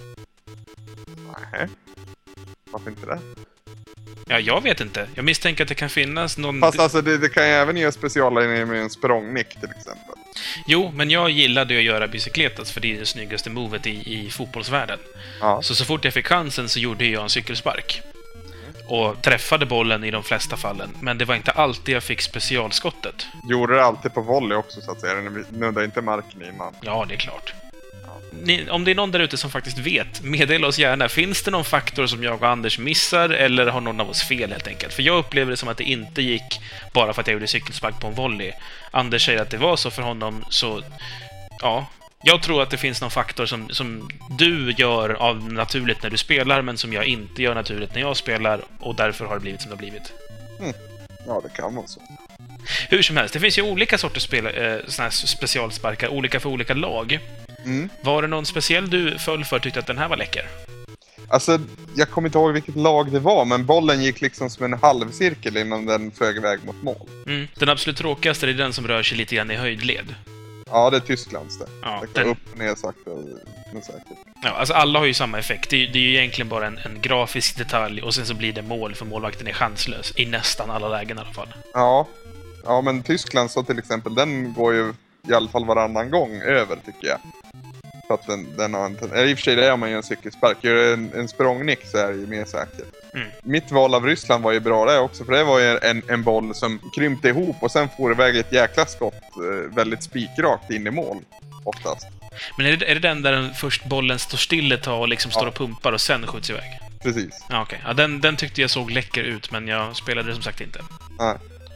Nej. Varför inte det? Ja, jag vet inte. Jag misstänker att det kan finnas någon... Fast alltså det kan ju även göra specialare med en språngnick till exempel. Jo, men jag gillade att göra bicykletas för det är det snyggaste movet i fotbollsvärlden. Ja. Så fort jag fick chansen så gjorde jag en cykelspark. Och träffade bollen i de flesta fallen. Men det var inte alltid jag fick specialskottet. Gjorde det alltid på volley också så att säga. Den nuddade inte marken innan. Ja, det är klart. Om det är någon där ute som faktiskt vet, meddela oss gärna. Finns det någon faktor som jag och Anders missar, eller har någon av oss fel helt enkelt? För jag upplever det som att det inte gick bara för att jag gjorde cykelspark på en volley. Anders säger att det var så för honom, så ja. Jag tror att det finns någon faktor som du gör av naturligt när du spelar, men som jag inte gör naturligt när jag spelar, och därför har det blivit som det har blivit. Ja, det kan vara så. Hur som helst, det finns ju olika sorters såna här specialsparkar, olika för olika lag. Var det någon speciell du föll för, tyckte att den här var läcker? Alltså, jag kommer inte ihåg vilket lag det var, men bollen gick liksom som en halvcirkel innan den flög iväg mot mål. Den absolut tråkigaste är den som rör sig lite grann i höjdled. Ja, det är Tysklands det. Ja, det går upp och ner sakta men säkert. Ja, alltså alla har ju samma effekt. Det är ju egentligen bara en grafisk detalj, och sen så blir det mål, för målvakten är chanslös i nästan alla lägen i alla fall. Ja, men Tyskland så till exempel, den går ju i alla fall varannan gång över, tycker jag. Så att den har inte... I och för sig, det är om man gör en cykelspark. Gör en språngnick så är det ju mer säkert. Mitt val av Ryssland var ju bra det också, för det var ju en boll som krympte ihop och sen får iväg ett jäkla skott väldigt spikrakt in i mål, oftast. Men är det den där först bollen står still ett tag och liksom står och pumpar och sen skjuts iväg? Precis. Ja, okej. Ja, den tyckte jag såg läcker ut, men jag spelade det som sagt inte. Nej.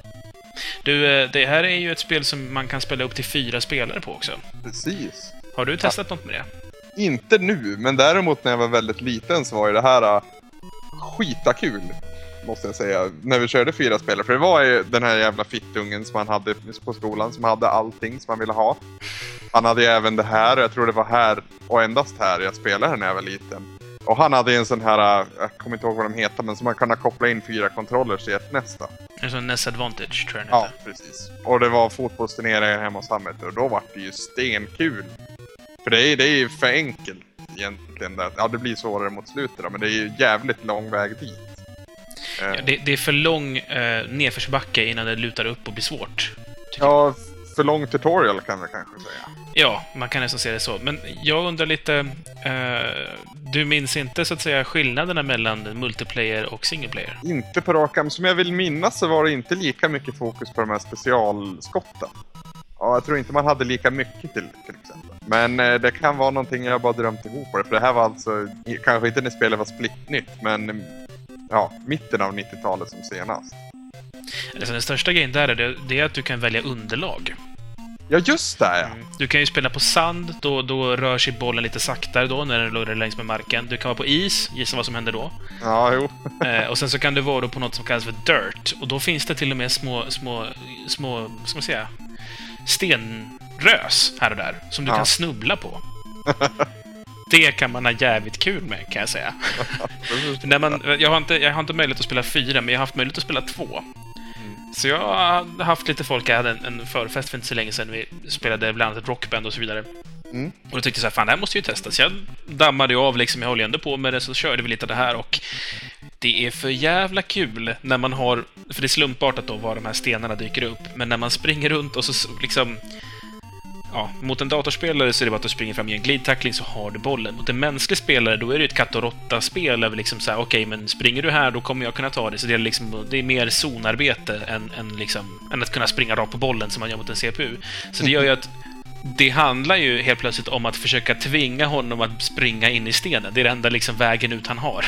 Du, det här är ju ett spel som man kan spela upp till 4 spelare på också. Precis. Har du testat något med det? Inte nu, men däremot när jag var väldigt liten så var ju det här skitakul, måste jag säga, när vi körde 4 spelare. För det var ju den här jävla fittungen som man hade på skolan, som hade allting som man ville ha. Han hade ju även det här, och jag tror det var här och endast här jag spelade när jag var liten. Och han hade en sån här, jag kommer inte ihåg vad de heter, men som man kan koppla in 4 kontrollers i ett nästa. En sån NES Advantage, tror jag. Ja, precis. Och det var fotbollsturneringar hemma hos Hammet, och då var det ju stenkul. För det är ju för enkelt egentligen. Ja, det blir svårare mot slutet då, men det är ju jävligt lång väg dit. Ja, det är för lång nedförsbacke innan det lutar upp och blir svårt. Ja, för lång tutorial kan vi kanske säga. Ja, man kan nästan säga det så. Men jag undrar lite... du minns inte så att säga skillnaderna mellan multiplayer och single player? Inte på raka, som jag vill minnas så var det inte lika mycket fokus på de här specialskotten. Ja, jag tror inte man hade lika mycket till exempel. Men det kan vara någonting jag bara drömt ihop på det. För det här var alltså, kanske inte när spelet var splittnytt, men ja, mitten av 90-talet som senast. Alltså, den största grejen där är att du kan välja underlag. Ja, just det, ja. Du kan ju spela på sand, då rör sig bollen lite saktare då när den låg längs med marken. Du kan vara på is, gissa vad som händer då. Ja, jo. Och sen så kan du vara då på något som kallas för dirt. Och då finns det till och med små ska man säga, stenrös här och där som du kan snubbla på. Det kan man ha jävligt kul med, kan jag säga. Jag har inte möjlighet att spela 4, men jag har haft möjlighet att spela 2. Så jag har haft lite folk. Jag hade en förfest för inte så länge sedan. Vi spelade bland annat ett rockband och så vidare. Och då tyckte jag så här, fan, det här måste ju testas. Jag dammade av liksom, jag höll ändå på med det, så körde vi lite av det här. Och det är för jävla kul när man har, för det är slumpartat då var de här stenarna dyker upp. Men när man springer runt och så liksom, ja, mot en datorspelare så är det bara att du springer fram i en glidtackling så har du bollen. Mot en mänsklig spelare då är det ett katt och råtta-spel över liksom så här, okej, men springer du här då kommer jag kunna ta det. Så det är, liksom, det är mer zonarbete än att kunna springa rakt på bollen som man gör mot en CPU. Så det gör ju att det handlar ju helt plötsligt om att försöka tvinga honom att springa in i stenen. Det är den enda liksom vägen ut han har.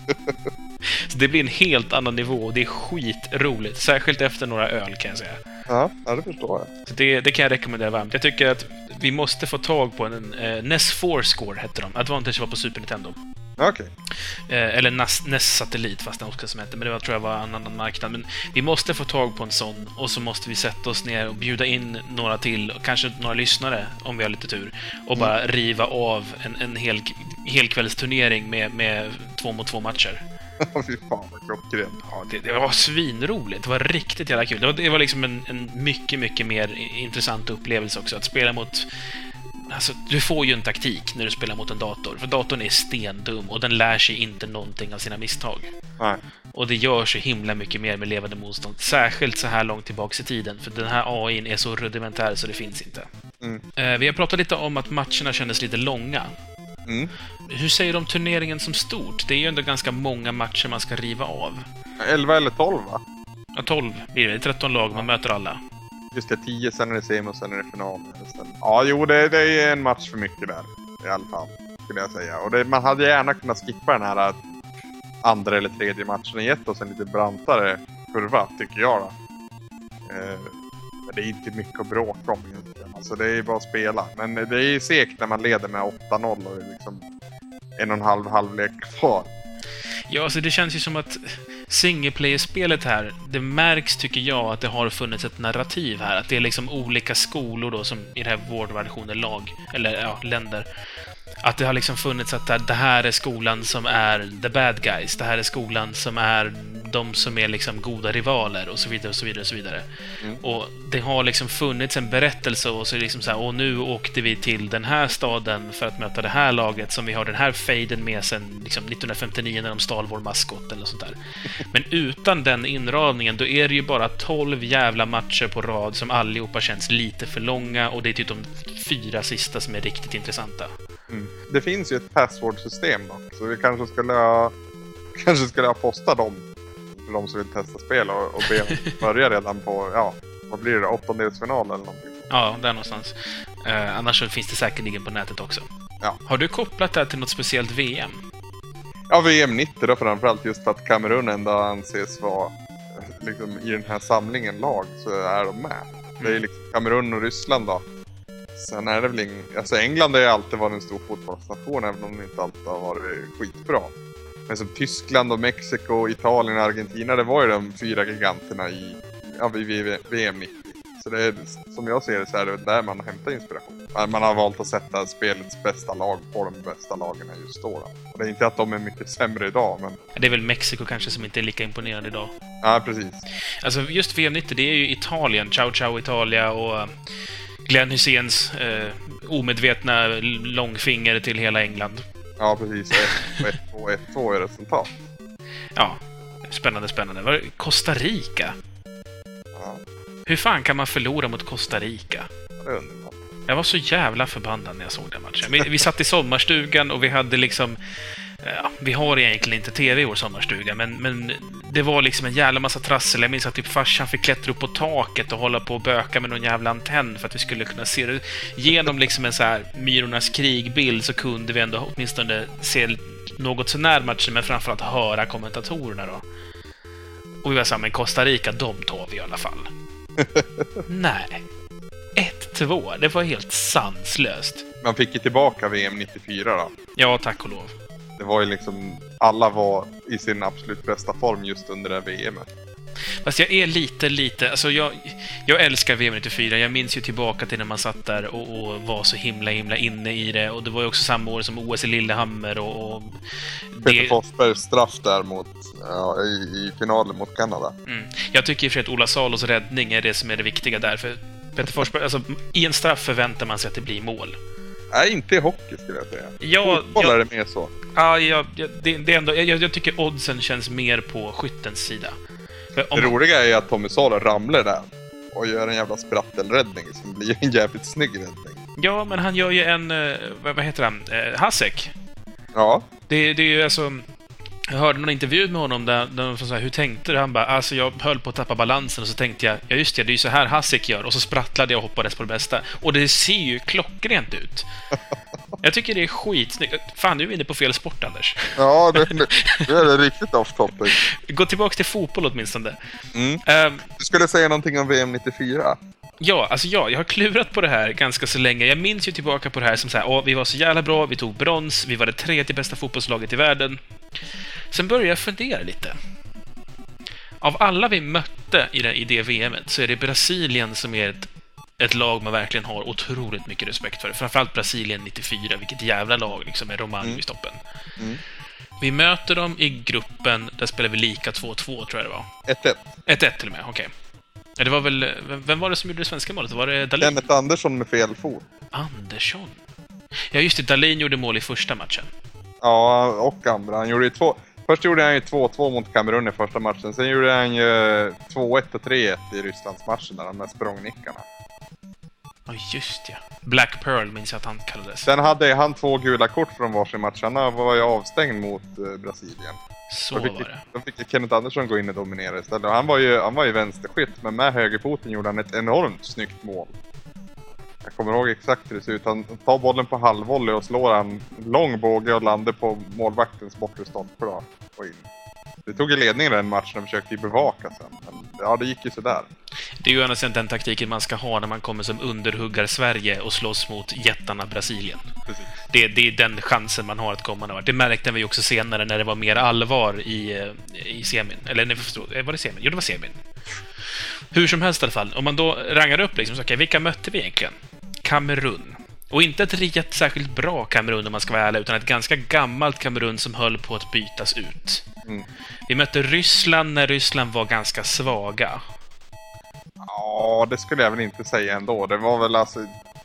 Så det blir en helt annan nivå och det är skitroligt. Särskilt efter några öl kan jag säga. Ja, det förstår jag. Så det kan jag rekommendera varmt. Jag tycker att vi måste få tag på en NES 4 Score hette de. Advantage var på Super Nintendo. Okej. Eller NES Satellit fast den också som hette. Men det tror jag var en annan marknad. Men vi måste få tag på en sån. Och så måste vi sätta oss ner och bjuda in några till. Och kanske några lyssnare om vi har lite tur. Och bara riva av en hel kvällsturnering med 2 mot 2 matcher. Fy fan vad klockrent. Ja, det var svinroligt. Det var riktigt jävla kul. Det var liksom en mycket, mycket mer intressant upplevelse också. Att spela mot... Alltså, du får ju en taktik när du spelar mot en dator. För datorn är stendum och den lär sig inte någonting av sina misstag. Nej. Och det gör så himla mycket mer med levande motstånd. Särskilt så här långt tillbaka i tiden. För den här AI:n är så rudimentär så det finns inte. Vi har pratat lite om att matcherna kändes lite långa. Hur säger du om turneringen som stort? Det är ju ändå ganska många matcher man ska riva av. 11 eller 12 va? Ja, 12 blir det. 13 lag, man möter alla. Just det, 10, sen är det semi och sen är det final. Ja, jo, det är en match för mycket där. I alla fall, skulle jag säga. Och man hade gärna kunnat skippa den här andra eller tredje matchen och gett oss en lite brantare kurva, tycker jag då. Men det är inte mycket att bråka om egentligen. Alltså det är bara att spela. Men det är ju segt när man leder med 8-0 och det är liksom 1,5 halvlek kvar. Ja, alltså det känns ju som att singleplayer-spelet här, det märks tycker jag att det har funnits ett narrativ här. Att det är liksom olika skolor då, som i det här Word-versionen lag, eller ja, länder. Att det har liksom funnits att det här är skolan som är the bad guys. Det här är skolan som är de som är liksom goda rivaler och så vidare och så vidare och så vidare. Och det har liksom funnits en berättelse och så är det liksom så här, och nu åkte vi till den här staden för att möta det här laget som vi har den här fejden med sen liksom 1959 när de stal vår maskot eller sånt där. Men utan den inramningen då är det ju bara 12 jävla matcher på rad som allihopa känns lite för långa och det är typ de 4 sista som är riktigt intressanta. Det finns ju ett password-system då, så vi kanske skulle ha postat dem för de som vill testa spel och be dem börja redan på, ja, vad blir det, 8-delsfinal eller någonting. Ja, där någonstans. Annars så finns det säkerligen på nätet också. Ja. Har du kopplat det här till något speciellt VM? Ja, VM 90 då framförallt, just för att Kamerun ändå anses vara liksom, i den här samlingen lag så är de med. Det är liksom Kamerun och Ryssland då. Sen är det väl alltså England har ju alltid varit en stor fotbollsnation även om de inte alltid har varit skitbra. Men som Tyskland och Mexiko, Italien och Argentina, det var ju de 4 giganterna i VM 90. Så det är, som jag ser det så är det där man hämtar inspiration. Man har valt att sätta spelets bästa lag på de bästa lagen just då. Och det är inte att de är mycket sämre idag, men... Det är väl Mexiko kanske som inte är lika imponerande idag. Ja, precis. Alltså just VM 90, det är ju Italien. Ciao ciao Italia och Glenn Hyséns omedvetna långfinger till hela England. Ja, precis. 1-2 är resultat. Ja, spännande. Var det Costa Rica? Ja. Hur fan kan man förlora mot Costa Rica? Det är underbart. Jag var så jävla förbannad när jag såg den matchen. Vi satt i sommarstugan och vi hade liksom... Ja, vi har egentligen inte tv i vår sommarstuga, men det var liksom en jävla massa trassel. Jag minns att typ farsan fick klättra upp på taket och hålla på och böka med någon jävla antenn för att vi skulle kunna se det. Genom liksom en så här Myrornas krigbild så kunde vi ändå åtminstone se något så när matchen, men framförallt höra kommentatorerna då. Och vi var så här, men Costa Rica, de tar vi i alla fall. Nej. 1-2, det var helt sanslöst. Man fick ju tillbaka VM 94 då. Ja, tack och lov. Det var ju liksom, alla var i sin absolut bästa form just under det här VMet. Fast jag är lite, alltså jag älskar VM 94. Jag minns ju tillbaka till när man satt där och var så himla inne i det. Och det var ju också samma år som OS i Lillehammer och Peter Forsbergs straff där i finalen mot Kanada. Jag tycker i och för sig att Ola Salos räddning är det som är det viktiga där. För Peter Forsberg, alltså i en straff förväntar man sig att det blir mål. Nej, inte i hockey skulle jag säga. Fotboll är det mer så. Ja, det är ändå, jag tycker oddsen känns mer på skyttens sida. Det roliga är att Tommy Salo ramlar där och gör en jävla sprattelräddning som blir en jävligt snygg räddning. Ja, men han gör ju en... vad heter han? Hasek. Ja. Det är ju alltså... Jag hörde någon intervju med honom där de sa hur tänkte du? Han bara, alltså jag höll på att tappa balansen och så tänkte jag, ja just det är ju så här Hasek gör. Och så sprattlade jag och hoppades på det bästa. Och det ser ju klockrent ut. Jag tycker det är skitsnyggt. Fan, nu är vi inne på fel sport, Anders. Ja, det är riktigt off topic. Gå tillbaka till fotboll åtminstone. Du skulle säga någonting om VM 94. Ja, alltså jag har klurat på det här ganska så länge. Jag minns ju tillbaka på det här som så här, vi var så jävla bra, vi tog brons, vi var det 3:e bästa fotbollslaget i världen. Sen började jag fundera lite. Av alla vi mötte i det VMet så är det Brasilien som är ett lag man verkligen har otroligt mycket respekt för. Framförallt Brasilien 94, vilket jävla lag liksom, med Romagnio i stoppen. Vi möter dem i gruppen, där spelar vi lika 2-2 tror jag det var. 1-1. 1-1 till och med, okej. Ja, det var väl... Vem var det som gjorde det svenska målet? Var det Dahlin? Kenneth Andersson med fel fot. Andersson? Ja, just det. Dahlin gjorde mål i första matchen. Ja, och andra. Han gjorde ju först gjorde han ju 2-2 mot Kamerun i första matchen. Sen gjorde han ju 2-1 och 3-1 i Rysslandsmatchen där, de här språngnickarna. Ja, just det. Black Pearl minns jag att han kallades. Sen hade han 2 gula kort från varsin match. Han var ju avstängd mot Brasilien. Så var det. Då fick Kenneth Andersson gå in och dominera istället. Han var ju vänsterskytt, men med högerfoten gjorde han ett enormt snyggt mål. Jag kommer ihåg exakt hur det ser ut. Han tar bollen på halvvolley och slår en lång båge och landar på målvaktens bortre stolpe och in. Det tog i ledningen den matchen och försökte ju bevaka sen. Men ja, det gick ju sådär. Det är ju annars den taktiken man ska ha när man kommer som underhuggar Sverige och slåss mot jättarna Brasilien. Precis. Det är den chansen man har att komma någon vart. Det märkte vi också senare när det var mer allvar i semin. Eller nej, var det semin? Jo, det var semin. Hur som helst i alla fall. Om man då rangar upp liksom, så okej, vilka mötte vi egentligen? Kamerun. Och inte ett särskilt bra Kamerun om man ska vara ärlig, utan ett ganska gammalt Kamerun som höll på att bytas ut. Vi mötte Ryssland när Ryssland var ganska svaga. Ja, det skulle jag väl inte säga ändå. Det var väl alltså...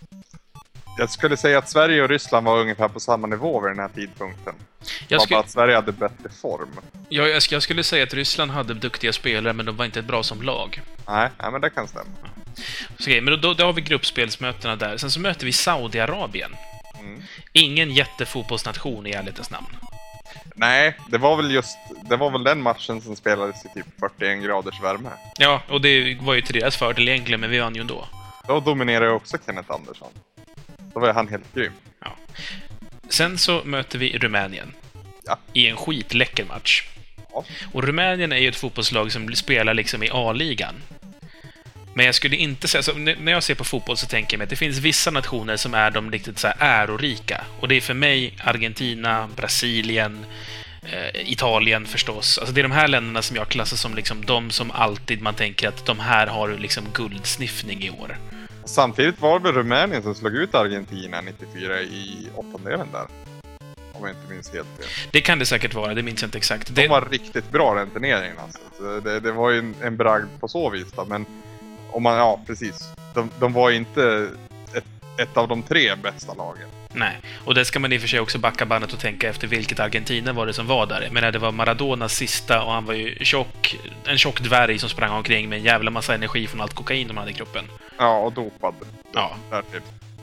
Jag skulle säga att Sverige och Ryssland var ungefär på samma nivå vid den här tidpunkten. Bara att Sverige hade bättre form. Ja, jag skulle säga att Ryssland hade duktiga spelare, men de var inte bra som lag. Nej, men det kan stämma. Okej, men då har vi gruppspelsmötena där. Sen så möter vi Saudiarabien. Ingen jättefotbollsnation i ärlighetens namn. Nej, det var väl den matchen som spelades i typ 41 graders värme. Ja, och det var ju till deras fördel egentligen, men vi vann ju ändå. Då dominerade också Kenneth Andersson. Då var han helt grym. Ja. Sen så möter vi Rumänien. Ja. I en skitläcker match. Ja. Och Rumänien är ju ett fotbollslag som spelar liksom i A-ligan. Men jag skulle inte säga... Alltså, när jag ser på fotboll så tänker jag mig att det finns vissa nationer som är de riktigt så här ärorika. Och det är för mig Argentina, Brasilien, Italien förstås. Alltså det är de här länderna som jag klassar som liksom de som alltid man tänker att de här har liksom guldsniffning i år. Samtidigt var det Rumänien som slog ut Argentina 94 i åttondelen där. Om jag inte minns helt fel. Det kan det säkert vara, det minns jag inte exakt. De var riktigt bra den turneringen alltså. Det var ju en bragd på så vis då, men om man, ja precis. De var inte ett av de 3 bästa lagen. Nej, och det ska man i och för sig också backa bandet och tänka efter vilket Argentina var det som var där. Men det var Maradonas sista och han var ju en tjock dvärg som sprang omkring med en jävla massa energi från allt kokain de hade i kroppen. Ja, och dopad. Ja. Därtill.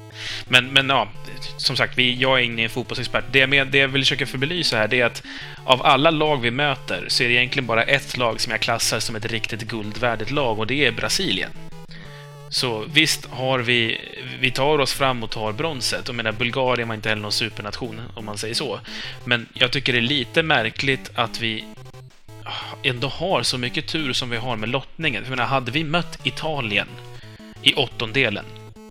Men ja, som sagt, jag är ingen fotbollsexpert. Det jag vill försöka förbelysa här, det är att av alla lag vi möter så är det egentligen bara ett lag som jag klassar som ett riktigt guldvärdigt lag, och det är Brasilien. Så visst har vi tar oss fram och tar bronset. Jag menar, Bulgarien var inte heller någon supernation, om man säger så. Men jag tycker det är lite märkligt att vi ändå har så mycket tur som vi har med lottningen. För jag menar, hade vi mött Italien i åttondelen,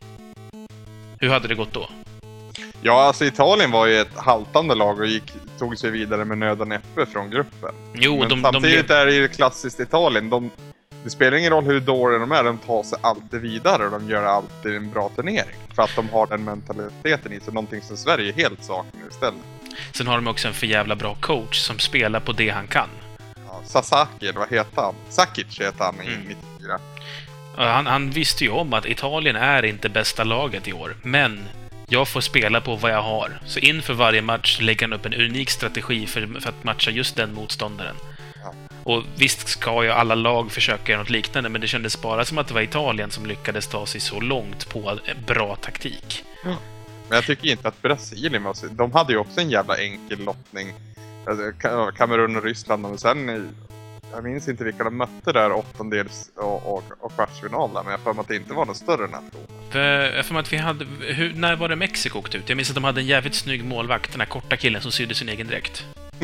hur hade det gått då? Ja, alltså Italien var ju ett haltande lag och tog sig vidare med nöd och näppe från gruppen. Jo, men samtidigt är det ju klassiskt Italien. Det spelar ingen roll hur dåliga de är, de tar sig alltid vidare och de gör alltid en bra turnering. För att de har den mentaliteten i sig, någonting som Sverige helt saknar istället. Sen har de också en för jävla bra coach som spelar på det han kan. Ja, Sasaki, vad heter han? Sakic heter han i 94. Han visste ju om att Italien är inte bästa laget i år, men jag får spela på vad jag har. Så inför varje match lägger han upp en unik strategi för att matcha just den motståndaren. Ja. Och visst ska ju alla lag försöka göra något liknande, men det kändes bara som att det var Italien som lyckades ta sig så långt på bra taktik. Men jag tycker inte att Brasilien var så... De hade ju också en jävla enkel lottning. Alltså, Kamerun och Ryssland, men sen... Jag minns inte vilka de mötte där, åttondels och kvartsfinal där, men jag får mig att det inte var någon större nation. Jag får mig att vi hade... när var det Mexiko åkte ut? Jag minns att de hade en jävligt snygg målvakt, den här korta killen som sydde sin egen dräkt.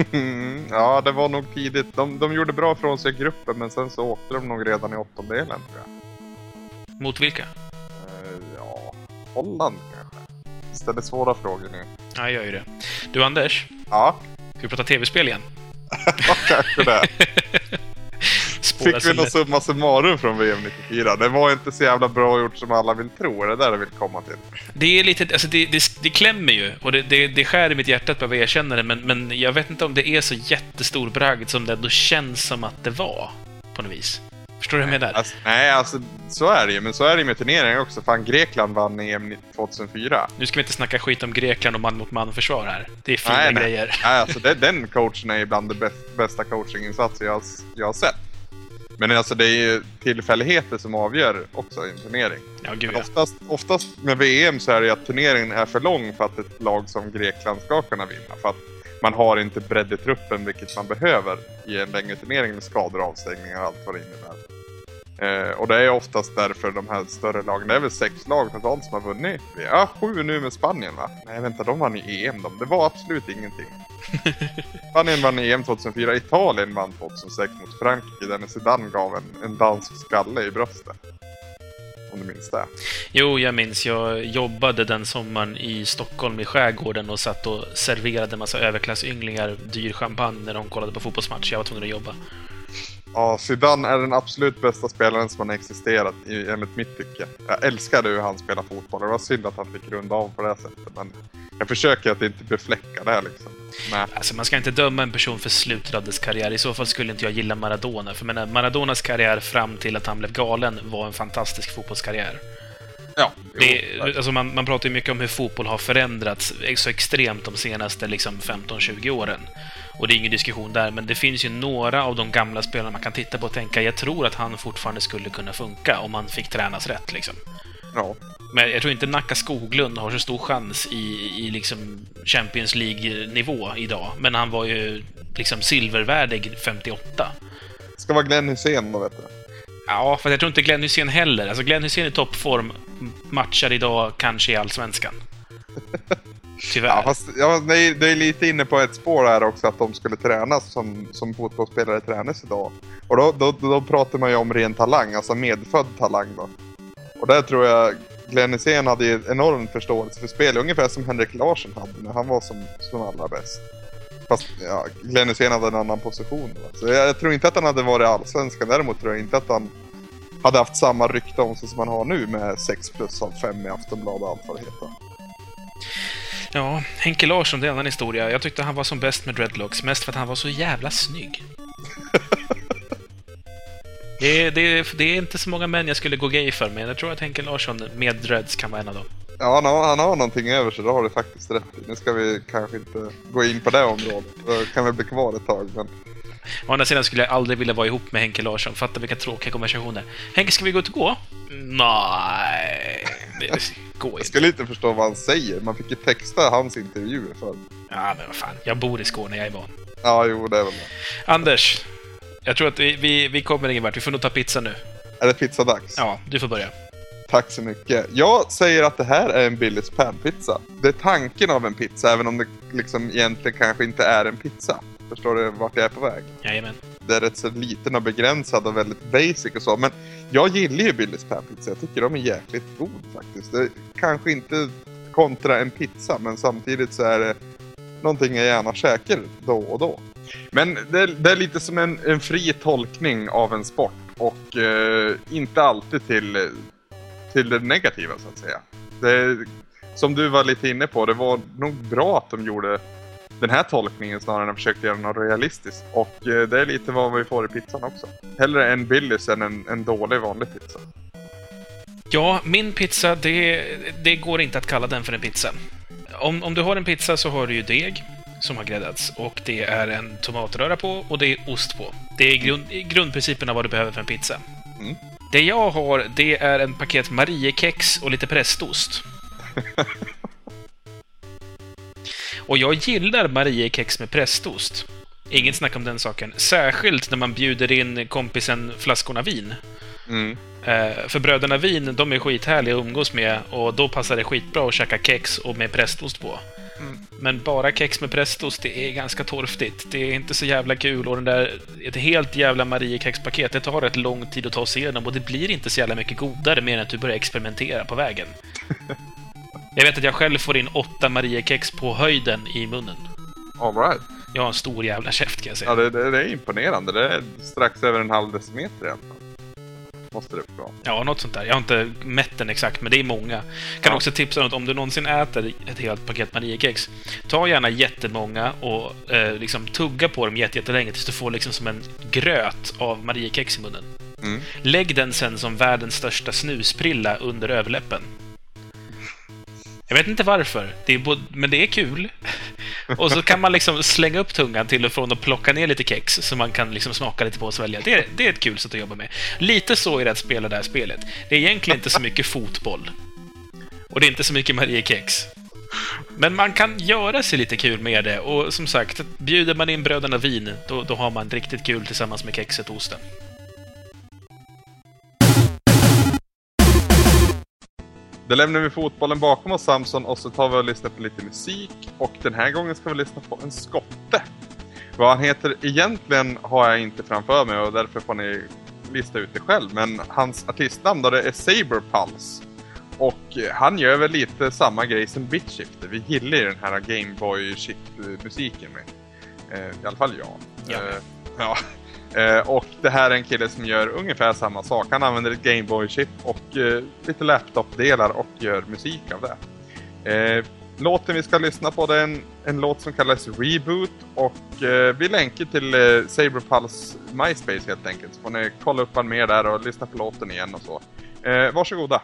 Ja, det var nog tidigt. De gjorde bra från sig i gruppen, men sen så åkte de nog redan i åttondelen, tror jag. Mot vilka? Ja, Holland kanske. Ställer svåra frågor nu. Ja, jag gör ju det. Du, Anders? Ja? Ska vi prata tv-spel igen? Ja, kanske det. Fick vi någon summa summarum från VM 94? Det var inte så jävla bra gjort som alla vill tro. Är det där du vill komma till? Det är lite... Alltså det klämmer ju. Och det skär i mitt hjärta att behöva erkänna det. Men jag vet inte om det är så jättestor bragd som det ändå känns som att det var. På något vis. Förstår du hur jag menar? Alltså, så är det ju. Men så är det med turneringen också. Fan, Grekland vann EM 2004. Nu ska vi inte snacka skit om Grekland och man-mot-man-försvar här. Det är fina grejer. Nej, alltså den coachen är ibland det bästa coachinginsatser jag har sett. Men alltså det är ju tillfälligheter som avgör också i en turnering. Ja, gud, oftast med VM så är det ju att turneringen är för lång för att ett lag som Grekland ska kunna vinna. För att man har inte bredd i truppen, vilket man behöver i en längre turnering med skador och avstängningar och allt vad det innebär. Och det är oftast därför de här större lagen, det är väl 6 lag totalt som har vunnit. Ja, 7 nu med Spanien, va? Nej, vänta, de vann i EM. Det var absolut ingenting. Spanien vann i EM 2004, Italien vann 2006 mot Frankrike, där Zidane gav en dansk skalle i bröstet. Om du minns det. Jo, jag minns. Jag jobbade den sommaren i Stockholm i skärgården och satt och serverade en massa överklassynglingar dyr champagne när de kollade på fotbollsmatch. Jag var tvungen att jobba. Ja, Zidane är den absolut bästa spelaren som har existerat enligt mitt tycke. Jag älskade hur han spelar fotboll. Det var synd att han fick runda av på det här sättet. Men jag försöker att inte befläcka det här liksom. Nej. Alltså man ska inte döma en person för slutet av dess karriär. I så fall skulle inte jag gilla Maradona. För Maradonas karriär fram till att han blev galen var en fantastisk fotbollskarriär. Ja, alltså man pratar ju mycket om hur fotboll har förändrats så extremt de senaste liksom 15-20 åren. Och det är ingen diskussion där, men det finns ju några av de gamla spelarna man kan titta på och tänka, jag tror att han fortfarande skulle kunna funka om han fick tränas rätt liksom. Ja. Men jag tror inte Nacka Skoglund har så stor chans i liksom Champions League-nivå idag. Men han var ju liksom silvervärdig 58. Ska vara Glenn Hysén då, vet du. Ja, för jag tror inte Glenn Hysén heller. Alltså Glenn Hysén i toppform matchar idag kanske i Allsvenskan. Tyvärr. Ja, fast det är lite inne på ett spår här också att de skulle tränas som fotbollsspelare tränas idag. Och då pratar man ju om ren talang, alltså medfödd talang då. Och där tror jag Glenn Hysén hade enorm förståelse för spel, ungefär som Henrik Larsson hade när han var som allra bäst. Fast ja, Glenn Hysén hade en annan position då. Så jag tror inte att han hade varit allsvenskan, däremot tror jag inte att han hade haft samma rykte om sig som han har nu med 6+ av 5 i Aftonbladet och allt vad det heter. Ja, Henke Larsson, det är en annan historia. Jag tyckte han var som bäst med dreadlocks, mest för att han var så jävla snygg. Det är inte så många män jag skulle gå gay för, men jag tror att Henke Larsson med dreads kan vara en av dem. Ja, han har någonting över sig, det har du faktiskt rätt i. Nu ska vi kanske inte gå in på det området. Det kan väl bli kvar ett tag, men... Å andra sidan skulle jag aldrig vilja vara ihop med Henke Larsson. Fatta vilka tråkiga konversationer. Henke, ska vi gå ut och gå? Nej, det går inte. Jag skulle inte förstå vad han säger. Man fick ju texta hans intervjuer för. Ja, men vad fan. Jag bor i Skåne, jag är van. Ja, jo, det är väl det. Anders, jag tror att vi kommer ingen vart. Vi får nog ta pizza nu. Är det pizzadags? Ja, du får börja. Tack så mycket. Jag säger att det här är en Billys panpizza. Det är tanken av en pizza, även om det liksom egentligen kanske inte är en pizza. Förstår du vart jag är på väg? Jajamän. Det är rätt så liten och begränsad och väldigt basic och så. Men jag gillar ju Billys panpizza. Jag tycker de är jäkligt god faktiskt. Det är kanske inte kontra en pizza, men samtidigt så är det någonting jag gärna käkar då och då. Men det är lite som en fri tolkning av en sport. Och inte alltid till det negativa så att säga. Som du var lite inne på, det var nog bra att de gjorde den här tolkningen snarare än att försöka göra något realistiskt. Och det är lite vad vi får i pizzan också. Hellre en Billys än en dålig vanlig pizza. Ja, min pizza, det går inte att kalla den för en pizza. Om du har en pizza så har du ju deg. som har gräddats. Och det är en tomatröra på och det är ost på. Det är grundprincipen av vad du behöver för en pizza. Mm. Det jag har, det är en paket Mariekex och lite prästost. Och jag gillar Mariekex med prästost. Inget snack om den saken. Särskilt när man bjuder in kompisen flaskorna vin. Mm. För bröderna vin, de är skithärliga att umgås med. Och då passar det skitbra att käka kex och med prästost på. Mm. Men bara kex med prästost, det är ganska torftigt. Det är inte så jävla kul. Och den där, ett helt jävla Mariekex-paket, det tar rätt lång tid att ta sig igenom. Och det blir inte så jävla mycket godare mer än att du börjar experimentera på vägen. Jag vet att jag själv får in 8 Mariekex på höjden i munnen. All right. Jag har en stor jävla käft, kan jag säga. Ja, det är imponerande. Det är strax över en halv decimeter i alla fall. Måste det vara. Ja, något sånt där. Jag har inte mätt den exakt, men det är många. Kan också tipsa om att om du någonsin äter ett helt paket Mariekex, ta gärna jättemånga och liksom tugga på dem jättelänge tills du får liksom som en gröt av Mariekex i munnen. Mm. Lägg den sen som världens största snusprilla under överläppen. Jag vet inte varför, men det är kul. Och så kan man liksom slänga upp tungan till och från och plocka ner lite kex så man kan liksom smaka lite på och svälja. Det är ett kul sätt att jobba med. Lite så är det att spela det här spelet. Det är egentligen inte så mycket fotboll. Och det är inte så mycket Mariekex. Men man kan göra sig lite kul med det. Och som sagt, bjuder man in bröderna vin, då har man riktigt kul tillsammans med kexet och osten. Då lämnar vi fotbollen bakom oss, Samson, och så tar vi och lyssnar på lite musik. Och den här gången ska vi lyssna på en skotte. Vad han heter egentligen har jag inte framför mig och därför får ni lista ut det själv. Men hans artistnamn då, det är Saberpulse. Och han gör väl lite samma grej som Bitchifter. Vi gillar ju den här Game Boy Chip-musiken med. I alla fall jag. Ja. Och det här är en kille som gör ungefär samma sak. Han använder ett Game Boy chip och lite laptop-delar och gör musik av det. Låten vi ska lyssna på, det är en låt som kallas Reboot. Och vi länkar till Saberpulse MySpace helt enkelt. Så får ni kolla upp han mer där och lyssna på låten igen och så. Varsågoda.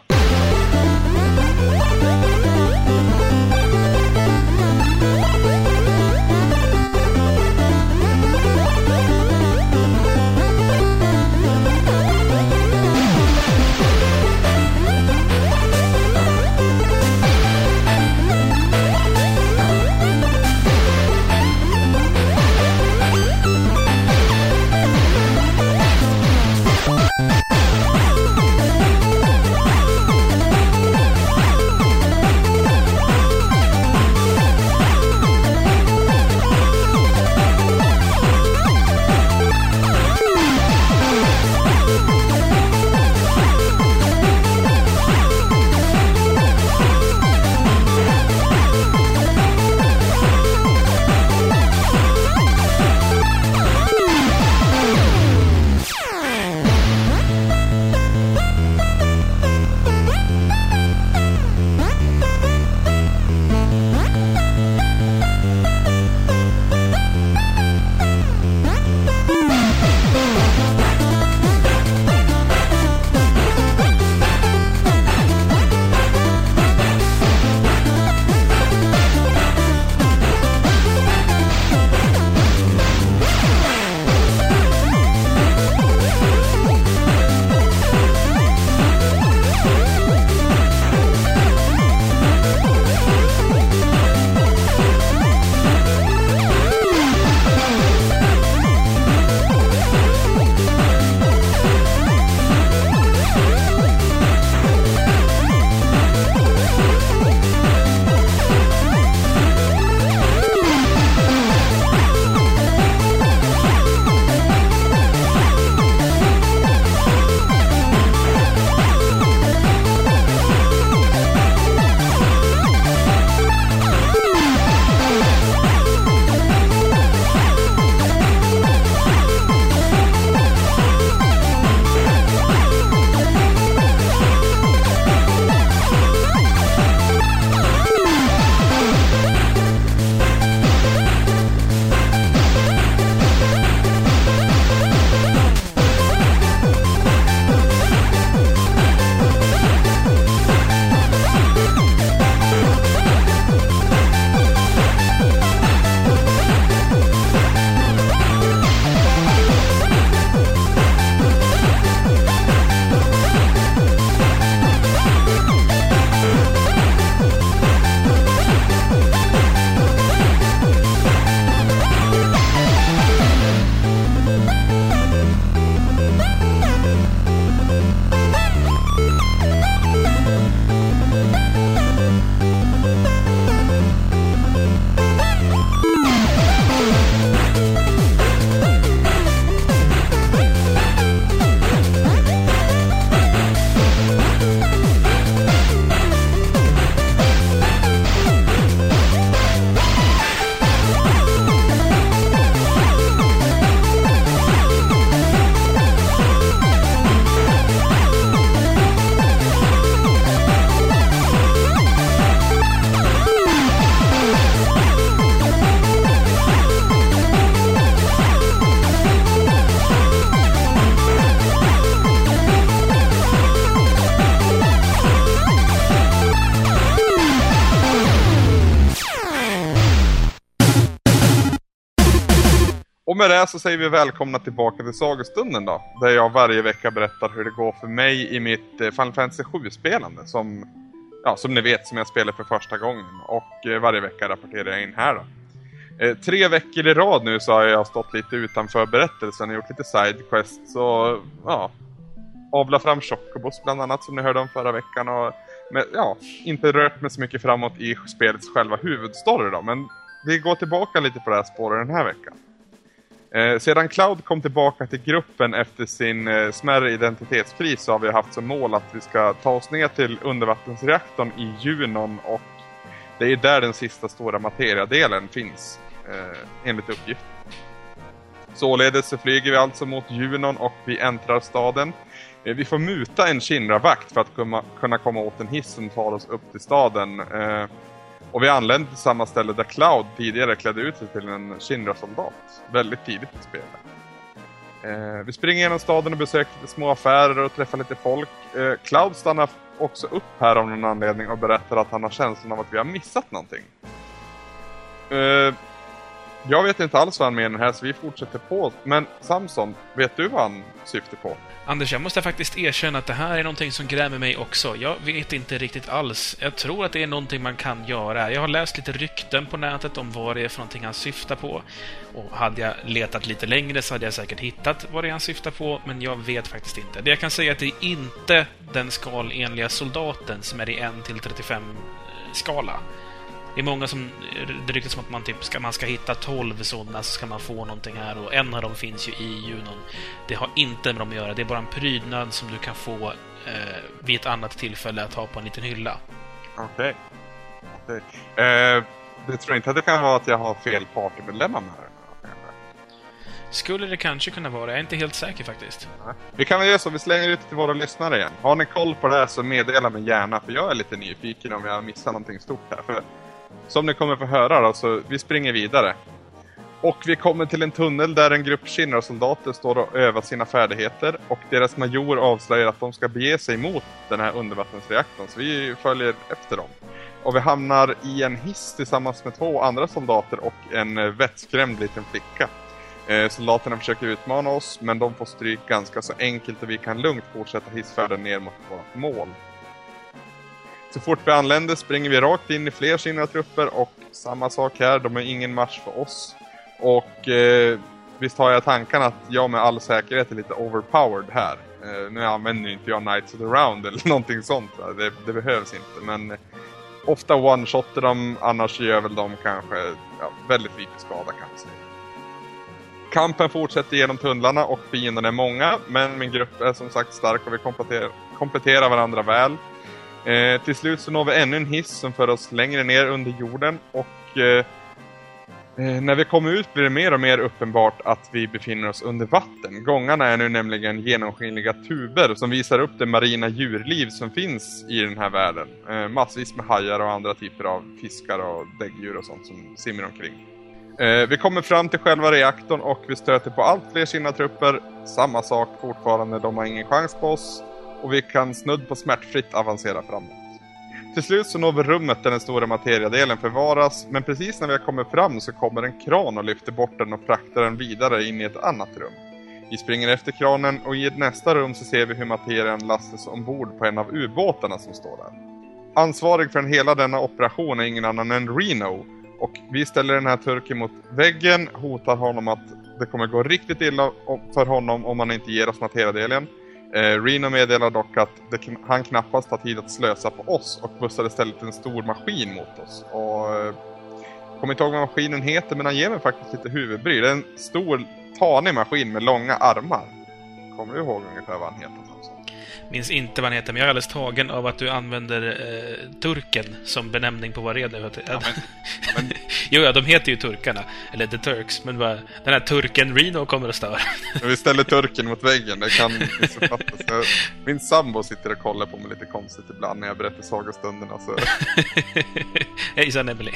med det så säger vi välkomna tillbaka till Sagostunden då. Där jag varje vecka berättar hur det går för mig i mitt Final Fantasy 7-spelande. Som ni vet, som jag spelar för första gången. Och varje vecka rapporterar jag in här då. 3 veckor i rad nu så har jag stått lite utanför berättelsen och gjort lite sidequests och avla fram Chocobos bland annat som ni hörde om förra veckan och inte rört mig så mycket framåt i spelets själva huvudstory då, men vi går tillbaka lite på det här spåret den här veckan. Sedan Cloud kom tillbaka till gruppen efter sin smärre identitetskris så har vi haft som mål att vi ska ta oss ner till undervattensreaktorn i Junon och det är där den sista stora materiadelen finns, enligt uppgift. Således så flyger vi alltså mot Junon och vi äntrar staden. Vi får muta en Shinra-vakt för att kunna komma åt en hiss som tar oss upp till staden. Och vi anländer till samma ställe där Cloud tidigare klädde ut sig till en Shinra-soldat. Väldigt tidigt i spelet. Vi springer genom staden och besöker lite små affärer och träffar lite folk. Cloud stannar också upp här av någon anledning och berättar att han har känslan av att vi har missat någonting. Jag vet inte alls vad han menar här så vi fortsätter på. Men Samson, vet du vad han syftar på? Anders, jag måste faktiskt erkänna att det här är någonting som grämer mig också. Jag vet inte riktigt alls. Jag tror att det är någonting man kan göra. Jag har läst lite rykten på nätet om vad det är för någonting han syftar på. Och hade jag letat lite längre så hade jag säkert hittat vad det är han syftar på, men jag vet faktiskt inte. Det jag kan säga är att det är inte den skalenliga soldaten som är i 1-35 skala. Det är många som det ryktas som att man ska hitta 12 sådana så ska man få någonting här och en av dem finns ju i Junon. Det har inte med dem att göra. Det är bara en prydnad som du kan få vid ett annat tillfälle att ha på en liten hylla. Okej. Det tror inte att det kan vara att jag har fel partymedlemmar med det. Skulle det kanske kunna vara. Jag är inte helt säker faktiskt. Vi kan väl göra så, vi slänger ut till våra lyssnare igen. Har ni koll på det här så meddela mig gärna, för jag är lite nyfiken om jag har missat någonting stort här. För som ni kommer få höra då, så vi springer vidare. Och vi kommer till en tunnel där en grupp Shinra-soldater står och övar sina färdigheter. Och deras major avslöjar att de ska bege sig mot den här undervattensreaktorn. Så vi följer efter dem. Och vi hamnar i en hiss tillsammans med 2 andra soldater och en vettskrämd liten flicka. Soldaterna försöker utmana oss, men de får stryk ganska så enkelt och vi kan lugnt fortsätta hissfärden ner mot vårt mål. Så fort vi anländer springer vi rakt in i fler Shinra-trupper och samma sak här, de är ingen match för oss. Och visst har jag tanken att jag med all säkerhet är lite overpowered här. Nu använder inte jag Knights of the Round eller någonting sånt, det behövs inte, men ofta one-shotter dem, annars gör väl de kanske väldigt lite skada kan man säga. Kampen fortsätter genom tunnlarna och fienden är många, men min grupp är som sagt stark och vi kompletterar varandra väl. Till slut så når vi ännu en hiss som för oss längre ner under jorden och när vi kommer ut blir det mer och mer uppenbart att vi befinner oss under vatten. Gångarna är nu nämligen genomskinliga tuber som visar upp det marina djurliv som finns i den här världen. Massvis med hajar och andra typer av fiskar och däggdjur och sånt som simmar omkring. Vi kommer fram till själva reaktorn och vi stöter på allt fler Shinra-trupper. Samma sak fortfarande, de har ingen chans på oss. Och vi kan snudd på smärtfritt avancera framåt. Till slut så når vi rummet där den stora materiadelen förvaras. Men precis när vi kommer fram så kommer en kran och lyfter bort den och fraktar den vidare in i ett annat rum. Vi springer efter kranen och i nästa rum så ser vi hur materien lastas ombord på en av ubåtarna som står där. Ansvarig för hela denna operation är ingen annan än Reno. Och vi ställer den här turken mot väggen, hotar honom att det kommer gå riktigt illa för honom om han inte ger oss materiadelen. Reno meddelar dock att han knappast har tid att slösa på oss och bussar istället en stor maskin mot oss. Och kommer inte ihåg vad maskinen heter, men han ger mig faktiskt lite huvudbry. Det är en stor tanig maskin med långa armar. Kommer du ihåg ungefär vad han heter? Minns inte vad han heter, men jag är alldeles tagen av att du använder turken som benämning på vad det är. Jo, de heter ju turkarna, eller the Turks, men den här turken Reno kommer att störa. Vi ställer turken mot väggen, det kan missuppfattas. Min sambo sitter och kollar på mig lite konstigt ibland när jag berättar sagostunderna. Så. Hejsan, Emily.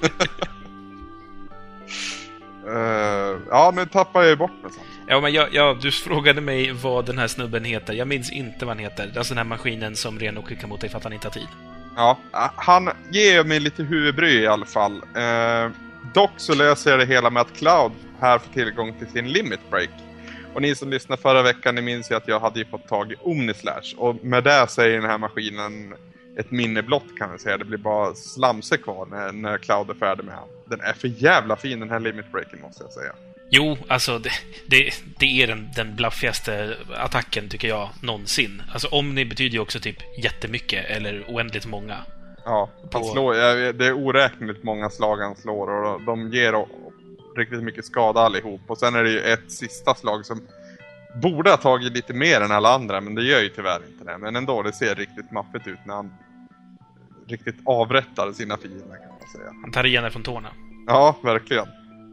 Ja, nu tappar jag ju bort mig. Ja, men du frågade mig vad den här snubben heter. Jag minns inte vad han heter. Det är alltså den här maskinen som Reno skickar mot dig för att han inte har tid. Ja, han ger mig lite huvudbry i alla fall. Dock så löser jag det hela med att Cloud här få tillgång till sin limit break. Och ni som lyssnade förra veckan, ni minns ju att jag hade ju fått tag i Omnislash. Och med det säger den här maskinen ett minne blott, kan vi säga. Det blir bara slamse kvar när Cloud är färdig med han. Den är för jävla fin, den här limit breaken, måste jag säga. Jo, alltså det är den blaffigaste attacken, tycker jag, någonsin. Alltså Omni betyder ju också typ jättemycket, eller oändligt många. Ja, det är oräkneligt många slag han slår, och de ger riktigt mycket skada allihop. Och sen är det ju ett sista slag som borde ha tagit lite mer än alla andra, men det gör ju tyvärr inte det. Men ändå, det ser riktigt maffigt ut när han riktigt avrättar sina fiender, kan man säga. Han tar igen från tårna. Ja, verkligen.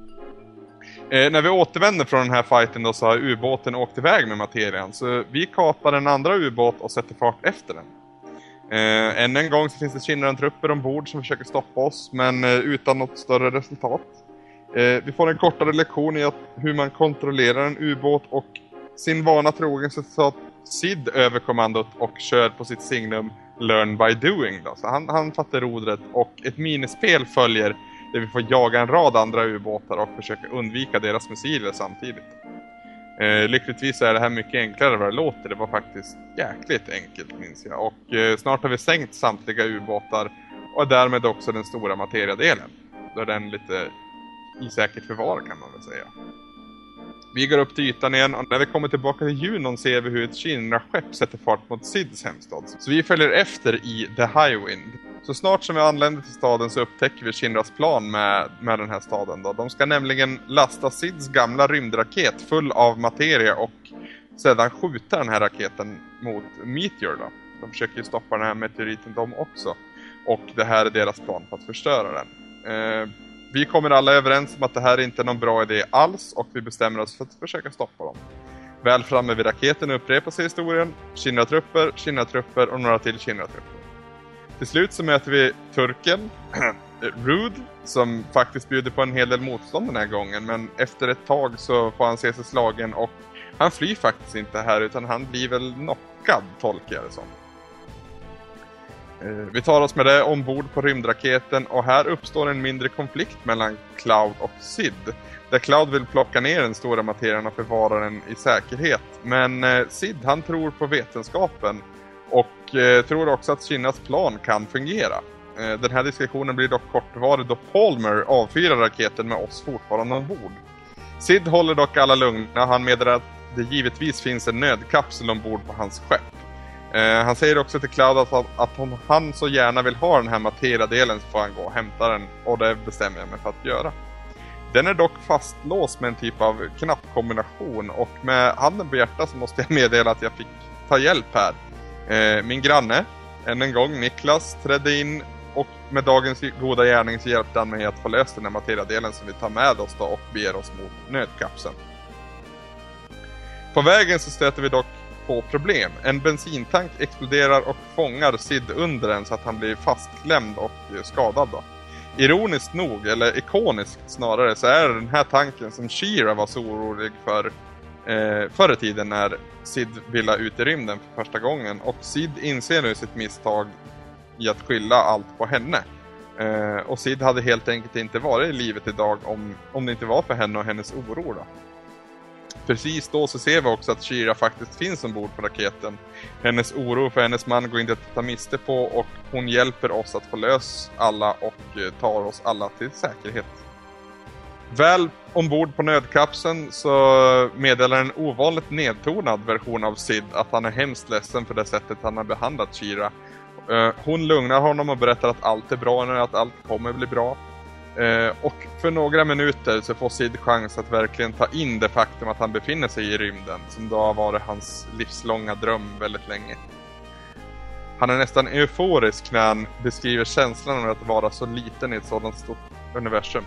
När vi återvänder från den här fighten då, så har ubåten åkt iväg med materian. Så vi kapar en andra ubåt och sätter fart efter den. Än en gång så finns det Shinran-trupper ombord som försöker stoppa oss, men utan något större resultat. Vi får en kortare lektion i hur man kontrollerar en ubåt, och sin vana trogen så tar Sid över kommandot och kör på sitt signum Learn by doing då. Så han fattar rodret, och ett minispel följer där vi får jaga en rad andra ubåtar och försöka undvika deras missiler samtidigt. Lyckligtvis är det här mycket enklare än vad det låter. Det var faktiskt jäkligt enkelt, minns jag. Och snart har vi sänkt samtliga ubåtar, och därmed också den stora materiadelen. Då är den lite i säkert förvar, kan man väl säga. Vi går upp till ytan igen, och när vi kommer tillbaka till Junon ser vi hur ett Shinra-skepp sätter fart mot Sids hemstad. Så vi följer efter i The Highwind. Så snart som vi anländer till staden så upptäcker vi Shinras plan med den här staden då. De ska nämligen lasta Sids gamla rymdraket full av materia och sedan skjuta den här raketen mot Meteor då. De försöker ju stoppa den här meteoriten de också. Och det här är deras plan för att förstöra den. Vi kommer alla överens om att det här inte är någon bra idé alls, och vi bestämmer oss för att försöka stoppa dem. Väl framme vid raketen upprepar sig historien. Shinra-trupper och några till Shinra-trupper. Till slut så möter vi turken, Rude, som faktiskt bjuder på en hel del motstånd den här gången. Men efter ett tag så får han se sig slagen, och han flyr faktiskt inte här, utan han blir väl knockad, tolkar jag det som. Vi tar oss med det ombord på rymdraketen, och här uppstår en mindre konflikt mellan Cloud och Sid. Där Cloud vill plocka ner den stora materien och förvara den i säkerhet. Men Sid, han tror på vetenskapen och tror också att Shinras plan kan fungera. Den här diskussionen blir dock kortvarig då Palmer avfyrar raketen med oss fortfarande ombord. Sid håller dock alla lugna. Han meddelar att det givetvis finns en nödkapsel ombord på hans skepp. Han säger också till Cloud att om han så gärna vill ha den här materiadelen så får han gå och hämta den, och det bestämmer jag mig för att göra. Den är dock fastlåst med en typ av knappkombination, och med handen på hjärtat så måste jag meddela att jag fick ta hjälp här. Min granne, än en gång Niklas, trädde in, och med dagens goda gärning så hjälpte han mig att få löst den här materiadelen som vi tar med oss då och beger oss mot nödkapseln. På vägen så stöter vi dock på problem. En bensintank exploderar och fångar Sid under den så att han blir fastklämd och skadad då. Ironiskt nog, eller ikoniskt snarare, så är det den här tanken som She-Ra var så orolig för förr i tiden när Sid ville ut i rymden för första gången. Och Sid inser nu sitt misstag i att skylla allt på henne. Och Sid hade helt enkelt inte varit i livet idag om det inte var för henne och hennes oro då. Precis då så ser vi också att She-Ra faktiskt finns ombord på raketen. Hennes oro för hennes man går inte att ta miste på, och hon hjälper oss att få lös alla och tar oss alla till säkerhet. Väl ombord på nödkapseln så meddelar en ovanligt nedtonad version av Sid att han är hemskt ledsen för det sättet han har behandlat She-Ra. Hon lugnar honom och berättar att allt är bra nu, att allt kommer bli bra. Och för några minuter så får Sid chans att verkligen ta in det faktum att han befinner sig i rymden, som då har varit hans livslånga dröm väldigt länge. Han är nästan euforisk när han beskriver känslan av att vara så liten i ett sådant stort universum.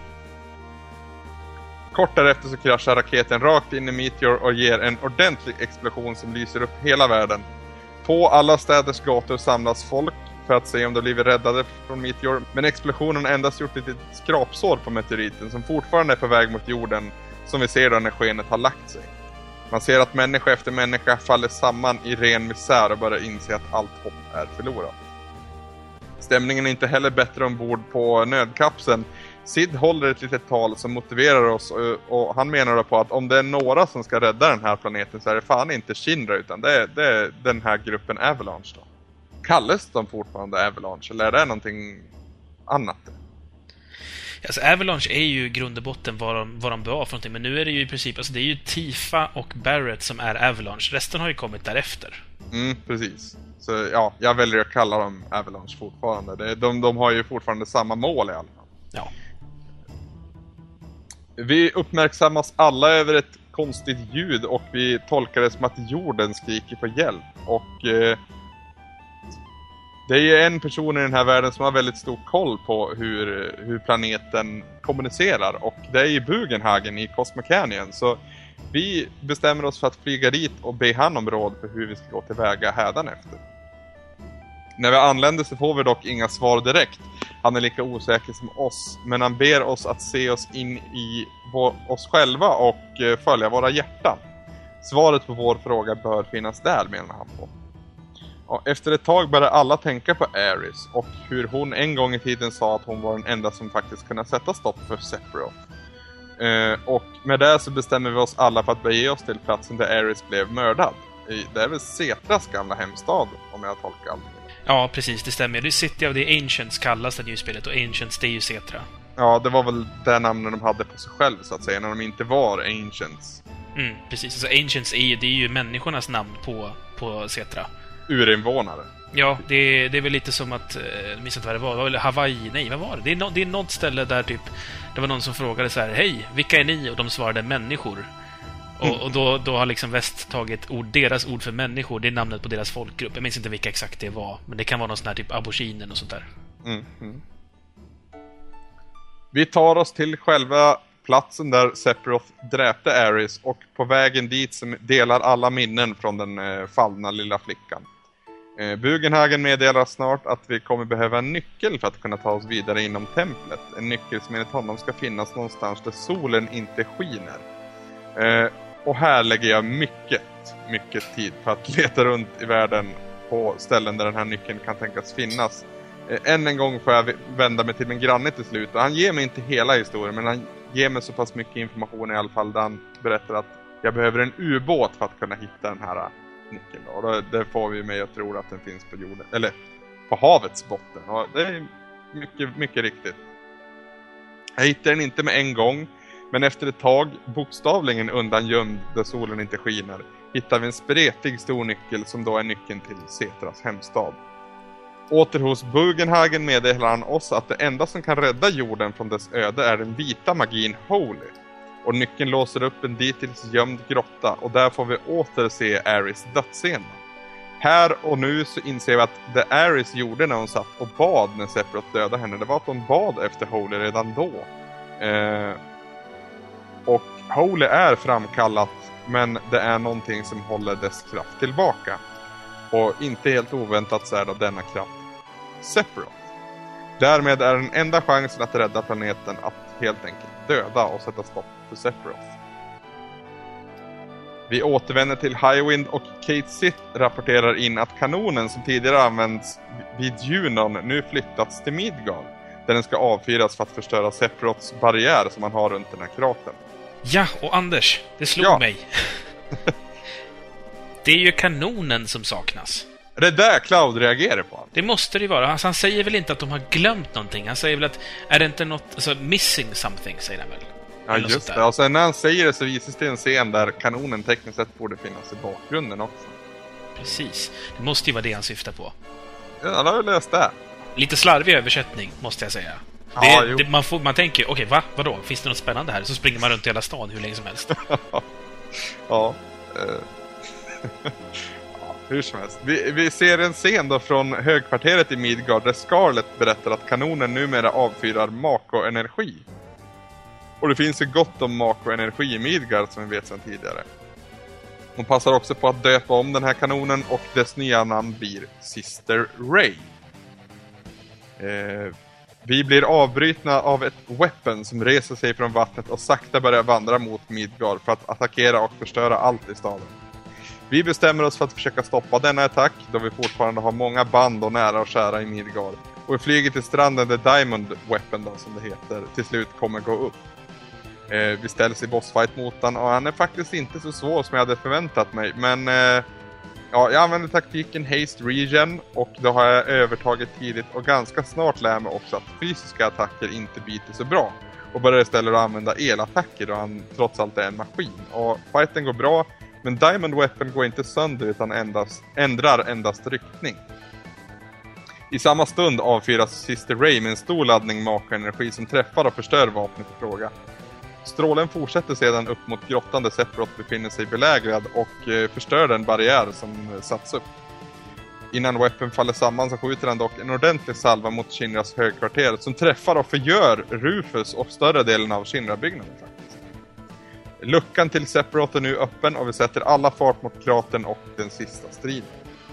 Kort därefter så kraschar raketen rakt in i Meteor och ger en ordentlig explosion som lyser upp hela världen. På alla städers gator samlas folk för att se om de blivit räddade från Meteor, men explosionen har endast gjort ett litet skrapsår på meteoriten som fortfarande är på väg mot jorden, som vi ser då när skenet har lagt sig. Man ser att människa efter människa faller samman i ren misär och börjar inse att allt hopp är förlorat. Stämningen är inte heller bättre ombord på nödkapseln Sid håller ett litet tal som motiverar oss och han menar då på att om det är några som ska rädda den här planeten så är det fan inte Shinra utan det är den här gruppen Avalanche då. Kallas de fortfarande Avalanche eller är det någonting annat? Alltså Avalanche är ju i grund och botten vad de bör för någonting, men nu är det ju i princip, alltså det är ju Tifa och Barrett som är Avalanche. Resten har ju kommit därefter. Precis. Så ja, jag väljer att kalla dem Avalanche fortfarande. De har ju fortfarande samma mål i alla fall. Ja. Vi uppmärksammas alla över ett konstigt ljud och vi tolkar det som att jorden skriker på hjälp. Och det är ju en person i den här världen som har väldigt stor koll på hur planeten kommunicerar. Och det är ju Bugenhagen i Cosmo Canyon. Så vi bestämmer oss för att flyga dit och be han om råd för hur vi ska gå tillväga hädanefter. När vi anländer så får vi dock inga svar direkt. Han är lika osäker som oss. Men han ber oss att se oss in i oss själva och följa våra hjärtan. Svaret på vår fråga bör finnas där, menar han på. Och efter ett tag börjar alla tänka på Ares och hur hon en gång i tiden sa att hon var den enda som faktiskt kunde sätta stopp för Sephiroth. Och med det så bestämmer vi oss alla för att bege oss till platsen där Ares blev mördad. Det är väl Setras gamla hemstad, om jag tolkar allt. Ja, precis, det stämmer. Det är City of the Ancients kallas det ju i spelet, och Ancients, det är ju Setra. Ja, det var väl det namnet de hade på sig själv, så att säga, när de inte var Ancients. Precis. Alltså Ancients det är ju människornas namn på Setra. Urinvånare. Ja, det är väl lite som att, jag minns inte vad det var väl Hawaii, nej, vad var det? Det är något ställe där typ, det var någon som frågade så här: hej, vilka är ni? Och de svarade människor. Och då har liksom väst tagit deras ord för människor, det är namnet på deras folkgrupp. Jag minns inte vilka exakt det var, men det kan vara någon sån här typ aboriginen och sånt där. Vi tar oss till själva platsen där Sephiroth dräpte Ares och på vägen dit som delar alla minnen från den fallna lilla flickan. Bugenhagen meddelar snart att vi kommer behöva en nyckel för att kunna ta oss vidare inom templet. En nyckel som enligt honom ska finnas någonstans där solen inte skiner. Och här lägger jag mycket tid på att leta runt i världen på ställen där den här nyckeln kan tänkas finnas. Än en gång får jag vända mig till min granne till slut. Och han ger mig inte hela historien, men han ger mig så pass mycket information i alla fall där han berättar att jag behöver en ubåt för att kunna hitta den här nyckeln. Och det får vi mig att tro att den finns på jorden, eller på havets botten. Och det är mycket riktigt. Jag hittar den inte med en gång, men efter ett tag, bokstavligen undangömd där solen inte skiner, hittar vi en spretig stor nyckel som då är nyckeln till Setras hemstad. Åter hos Bugenhagen meddelar han oss att det enda som kan rädda jorden från dess öde är den vita magin Holy. Och nyckeln låser upp en dittills gömd grotta och där får vi åter se Ares dödsscen. Här och nu så inser vi att det Ares gjorde när hon satt och bad när Sephiroth dödade henne, det var att hon bad efter Holy redan då. Och Holy är framkallat, men det är någonting som håller dess kraft tillbaka. Och inte helt oväntat så är då denna kraft Sephiroth. Därmed är den enda chansen att rädda planeten att helt enkelt döda och sätta stopp för Sephiroth. Vi återvänder till Highwind och Cait Sith rapporterar in att kanonen som tidigare används vid Junon nu flyttats till Midgard, där den ska avfyras för att förstöra Sephiroths barriär som man har runt den här kraten. Ja, och Anders, det slog mig. Det är ju kanonen som saknas. Det är där Cloud reagerar på. Det måste det ju vara. Alltså, han säger väl inte att de har glömt någonting. Han säger väl att, är det inte något, alltså missing something, säger han väl. Ja, just det. Och sen när han säger det så visas det en scen där kanonen tekniskt sett borde finnas i bakgrunden också. Precis. Det måste ju vara det han syftar på. Ja, jag har läst det. Lite slarvig översättning, måste jag säga. Man tänker, okej, vadå? Finns det något spännande här? Så springer man runt i hela stan hur länge som helst. Hur som helst. Vi ser en scen då från högkvarteret i Midgard där Scarlet berättar att kanonen numera avfyrar Mako-energi. Och det finns ju gott om Mako-energi i Midgard som vi vet sedan tidigare. Hon passar också på att döpa om den här kanonen och dess nya namn blir Sister Ray. Vi blir avbrytna av ett weapon som reser sig från vattnet och sakta börjar vandra mot Midgard för att attackera och förstöra allt i staden. Vi bestämmer oss för att försöka stoppa denna attack då vi fortfarande har många band och nära och kära i Midgard. Och i flyget till stranden där Diamond Weapon då, som det heter, till slut kommer gå upp. Vi ställs i bossfight mot han och han är faktiskt inte så svår som jag hade förväntat mig. Men jag använder taktiken Haste Regen och då har jag övertagit tidigt och ganska snart lär mig också att fysiska attacker inte biter så bra. Och börjar istället att använda elattacker då han trots allt är en maskin. Och fighten går bra, men Diamond Weapon går inte sönder utan ändrar endast riktning. I samma stund avfyras Sister Ray med en stor laddning maka-energi som träffar och förstör vapnet i fråga. Strålen fortsätter sedan upp mot grottan där Sephiroth befinner sig belägrad och förstör den barriär som satts upp. Innan Weapon faller samman så skjuter han dock en ordentlig salva mot Shinras högkvarter som träffar och förgör Rufus och större delen av Shinra-byggnaden faktiskt. Luckan till Sephiroth är nu öppen och vi sätter alla fart mot kratern och den sista striden.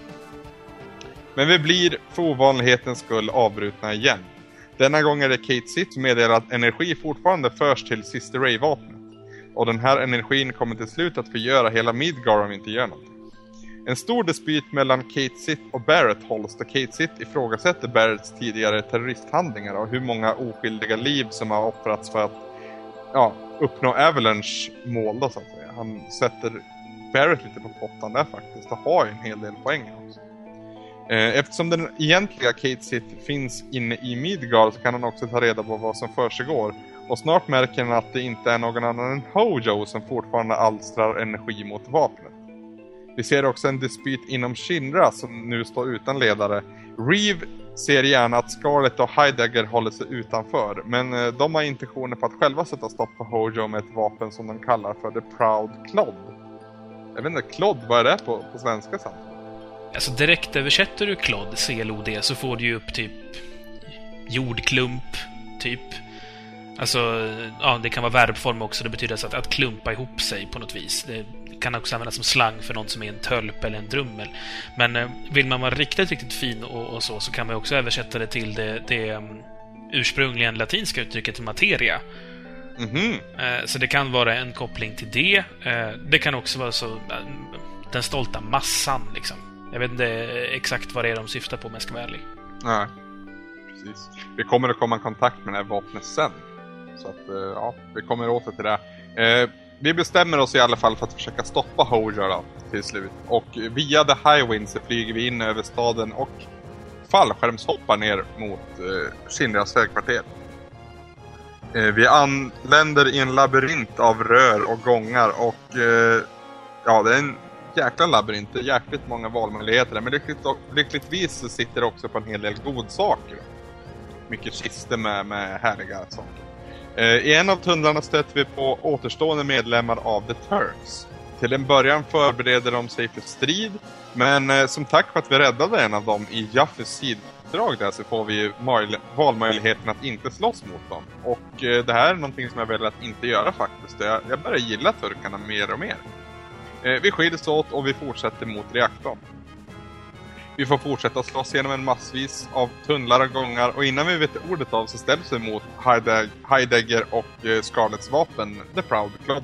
Men vi blir för ovanlighetens skull avbrutna igen. Denna gång är det Cait Sith som meddelar att energi fortfarande förs till Sister Ray-vapnet. Och den här energin kommer till slut att förgöra hela Midgar om vi inte gör någonting. En stor dispyt mellan Cait Sith och Barret hålls där Cait Sith ifrågasätter Barretts tidigare terroristhandlingar och hur många oskyldiga liv som har offrats för att uppnå Avalanche mål då, så att säga. Han sätter Barret lite på pottan där faktiskt och har ju en hel del poäng också. Eftersom den egentliga Cait Sith finns inne i Midgar så kan han också ta reda på vad som försiggår. Och snart märker han att det inte är någon annan än Hojo som fortfarande alstrar energi mot vapnet. Vi ser också en dispyt inom Shinra som nu står utan ledare. Reeve ser gärna att Scarlet och Heidegger håller sig utanför. Men de har intentioner på att själva sätta stopp på Hojo med ett vapen som de kallar för The Proud Clod. Jag vet inte, Clod, vad är det på svenska samt? Alltså direkt översätter du Clod, CLOD, så får du ju upp typ jordklump, typ. Alltså, det kan vara verbform också. Det betyder alltså att klumpa ihop sig på något vis. Det kan också användas som slang för någon som är en tölp eller en drummel. Men vill man vara riktigt fin och så kan man också översätta det till det ursprungligen latinska uttrycket materia. Så det kan vara en koppling till det. Det kan också vara så den stolta massan, liksom. Jag vet inte exakt vad det är de syftar på, men jag ska vara ärlig. Nej, precis. Vi kommer att komma i kontakt med det här vapnet sen. Så att, vi kommer åter till det. Vi bestämmer oss i alla fall för att försöka stoppa Hojo då, till slut. Och via The Highwind så flyger vi in över staden och fallskärmshoppar ner mot Shinras högkvarter. Vi anländer i en labyrint av rör och gångar och det är en jäkla labyrint, det är jäkligt många valmöjligheter där, men lyckligtvis så sitter det också på en hel del godsaker. Mycket kister med härliga saker. I en av tunnlarna stöter vi på återstående medlemmar av The Turks. Till en början förbereder de sig för strid, men som tack för att vi räddade en av dem i Jaffes siddrag där så får vi valmöjligheten att inte slåss mot dem. Och det här är någonting som jag väljer att inte göra faktiskt. Jag börjar gilla turkarna mer och mer. Vi skiljs åt och vi fortsätter mot reaktorn. Vi får fortsätta slåss genom en massvis av tunnlar och gångar och innan vi vet ordet av så ställs vi mot Heidegger och Scarlets vapen, The Proud Clod.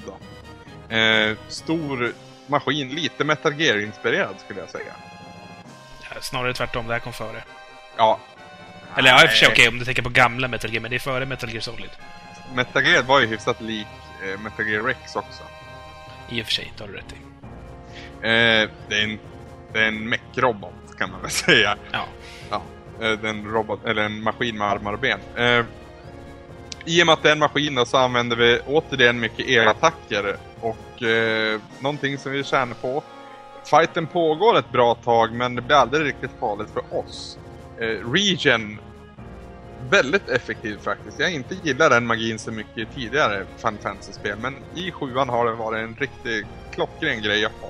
Stor maskin, lite Metal Gear-inspirerad skulle jag säga. Ja, snarare tvärtom, det här kom före. Ja. Eller ja, i och för sig okej, om du tänker på gamla Metal Gear, men det är före Metal Gear Solid. Metal Gear var ju hyfsat lik Metal Gear Rex också. I och för sig, tar du rätt i. Det är en mech-robot kan man väl säga. Ja. Det är en robot, eller en maskin med armar och ben. I och med att det är en maskin då, så använder vi återigen mycket elattacker och någonting som vi tjänar på. Fighten pågår ett bra tag men det blir aldrig riktigt farligt för oss. Regen, väldigt effektiv faktiskt. Jag inte gillar den magin så mycket i tidigare Final Fantasy-spel, men i 7an har det varit en riktigt klockren grej att ha.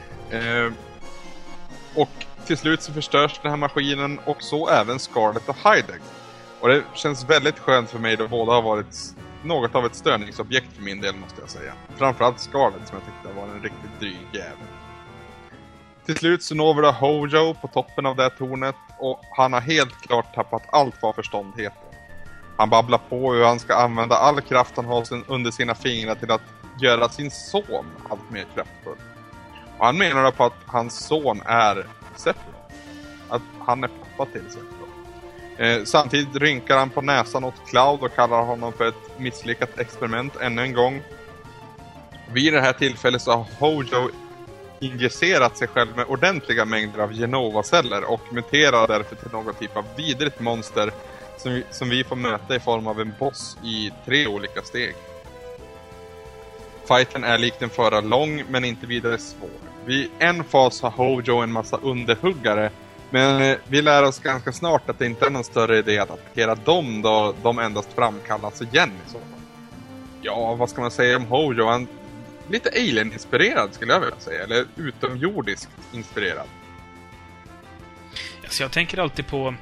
Och till slut så förstörs den här maskinen och så även Scarlet och Heidegger. Och det känns väldigt skönt för mig då båda har varit något av ett störningsobjekt för min del måste jag säga. Framförallt Scarlet som jag tyckte var en riktigt dryg jävel. Till slut så når vi då Hojo på toppen av det här tornet och han har helt klart tappat allt vad förstånd heter. Han babblar på hur han ska använda all kraft han har under sina fingrar till att göra sin son allt mer kraftfull. Och han menar då på att hans son är Sephiroth. Att han är pappa till Sephiroth. Samtidigt rynkar han på näsan åt Cloud och kallar honom för ett misslyckat experiment ännu en gång. Vid det här tillfället så har Hojo injicerat sig själv med ordentliga mängder av Genova-celler och muterar därför till någon typ av vidrigt monster som vi får möta i form av en boss i 3 olika steg. Fighten är likt den förra lång men inte vidare svår. Vid en fas har Hojo en massa underhuggare, men vi lär oss ganska snart att det inte är någon större idé att attackera dem då de endast framkallas igen i så fall. Ja, vad ska man säga om Hojo? Han är lite alien-inspirerad skulle jag vilja säga, eller utomjordiskt inspirerad. Så jag tänker alltid på...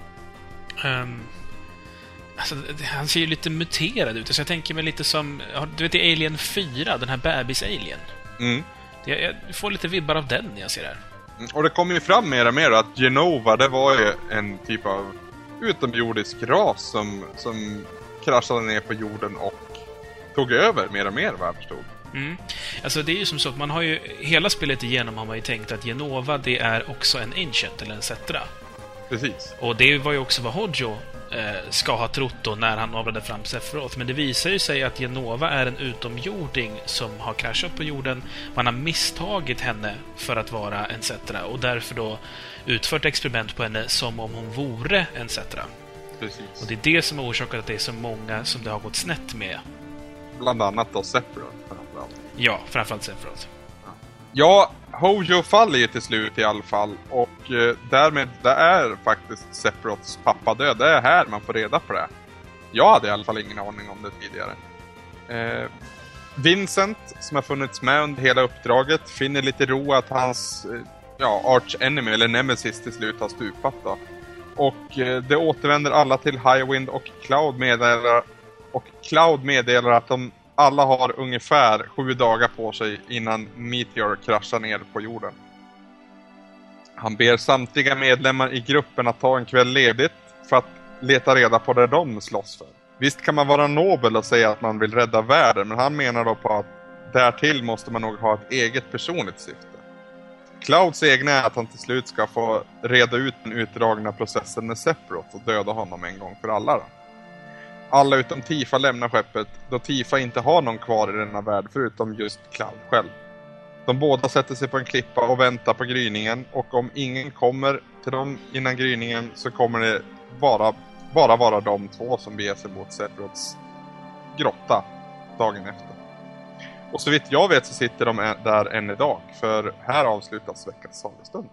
alltså, han ser ju lite muterad ut, så jag tänker mig lite som... Du vet i Alien 4, den här bebis-alien. Jag får lite vibbar av den när jag ser det här. Och det kommer ju fram mer och mer att Genova, det var ju en typ av utomjordisk ras som kraschade ner på jorden och tog över mer och mer, vad jag förstod. Alltså det är ju som så att man har ju hela spelet igenom har man ju tänkt att Genova, det är också en Ancient eller en Cetra. Precis. Och det var ju också vad Hojo ska ha trott då när han avlade fram Sephiroth. Men det visar ju sig att Genova är en utomjording som har kraschat på jorden. Man har misstagit henne för att vara en Cetra och därför då utfört experiment på henne som om hon vore en Cetra. Precis. Och det är det som har orsakat att det är så många som det har gått snett med. Bland annat då Sephiroth framförallt. Ja, framförallt Sephiroth. Ja, Hojo faller ju till slut i alla fall. Och därmed, det är faktiskt Sephiroths pappa död. Det är här man får reda på det. Jag hade i alla fall ingen aning om det tidigare. Vincent, som har funnits med under hela uppdraget, finner lite ro att hans arch enemy eller nemesis till slut har stupat då. Och det återvänder alla till Highwind och Cloud meddelar att de alla har ungefär 7 dagar på sig innan Meteor kraschar ner på jorden. Han ber samtliga medlemmar i gruppen att ta en kväll ledigt för att leta reda på det de slåss för. Visst kan man vara nobel och säga att man vill rädda världen, men han menar då på att därtill måste man nog ha ett eget personligt syfte. Clouds egna är att han till slut ska få reda ut den utdragna processen med Sephiroth och döda honom en gång för alla då. Alla utom Tifa lämnar skeppet, då Tifa inte har någon kvar i denna värld förutom just Cloud själv. De båda sätter sig på en klippa och väntar på gryningen, och om ingen kommer till dem innan gryningen så kommer det bara vara de två som beger sig mot Sephiroths grotta dagen efter. Och så vitt jag vet så sitter de där än idag, för här avslutas veckans sagostund.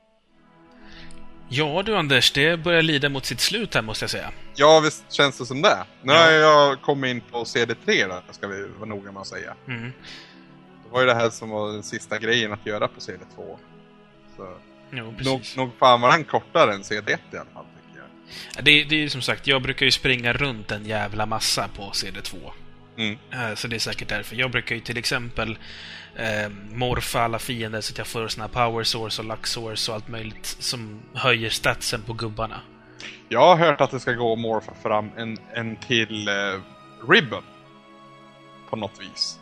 Ja du Anders, det börjar lida mot sitt slut här måste jag säga. Ja, visst känns det som det. Nu har jag kommit in på CD3 där, ska vi vara noga med att säga. Det var ju det här som var den sista grejen att göra på CD2. Så Jo, precis. nog fan var den kortare än CD1 i alla fall, tycker jag. Det är ju som sagt, jag brukar ju springa runt en jävla massa på CD2. Så det är säkert därför. Jag brukar ju till exempel morfa alla fiender så att jag får såna power source och luck source och allt möjligt som höjer statsen på gubbarna. Jag har hört att det ska gå att morfa fram en till ribbon på något vis.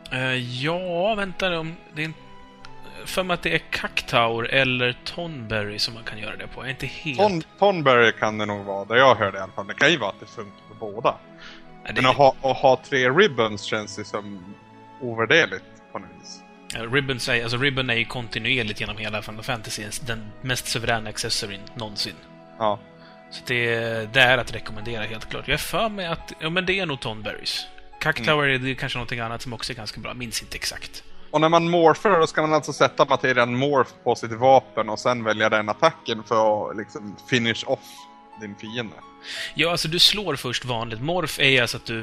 Ja, vänta om det är för mig att det är Cactaur eller Tonberry som man kan göra det på. Jag är inte helt... Tonberry kan det nog vara, det jag hörde i alla fall. Det kan ju vara att det funkar på båda. Men att ha 3 ribbons känns ju som ovärderligt på något vis. Ribbon är ju kontinuerligt genom hela Final Fantasy den mest suveräna accessoryn någonsin. Ja. Så det är att rekommendera helt klart. Jag är för mig att men det är nog Tonberries. Cactaur är det kanske någonting annat som också är ganska bra. Minns inte exakt. Och när man morfar då ska man alltså sätta materien morph på sitt vapen och sen välja den attacken för att liksom finish off din fiende. Ja, alltså du slår först vanligt. Morph är alltså att du...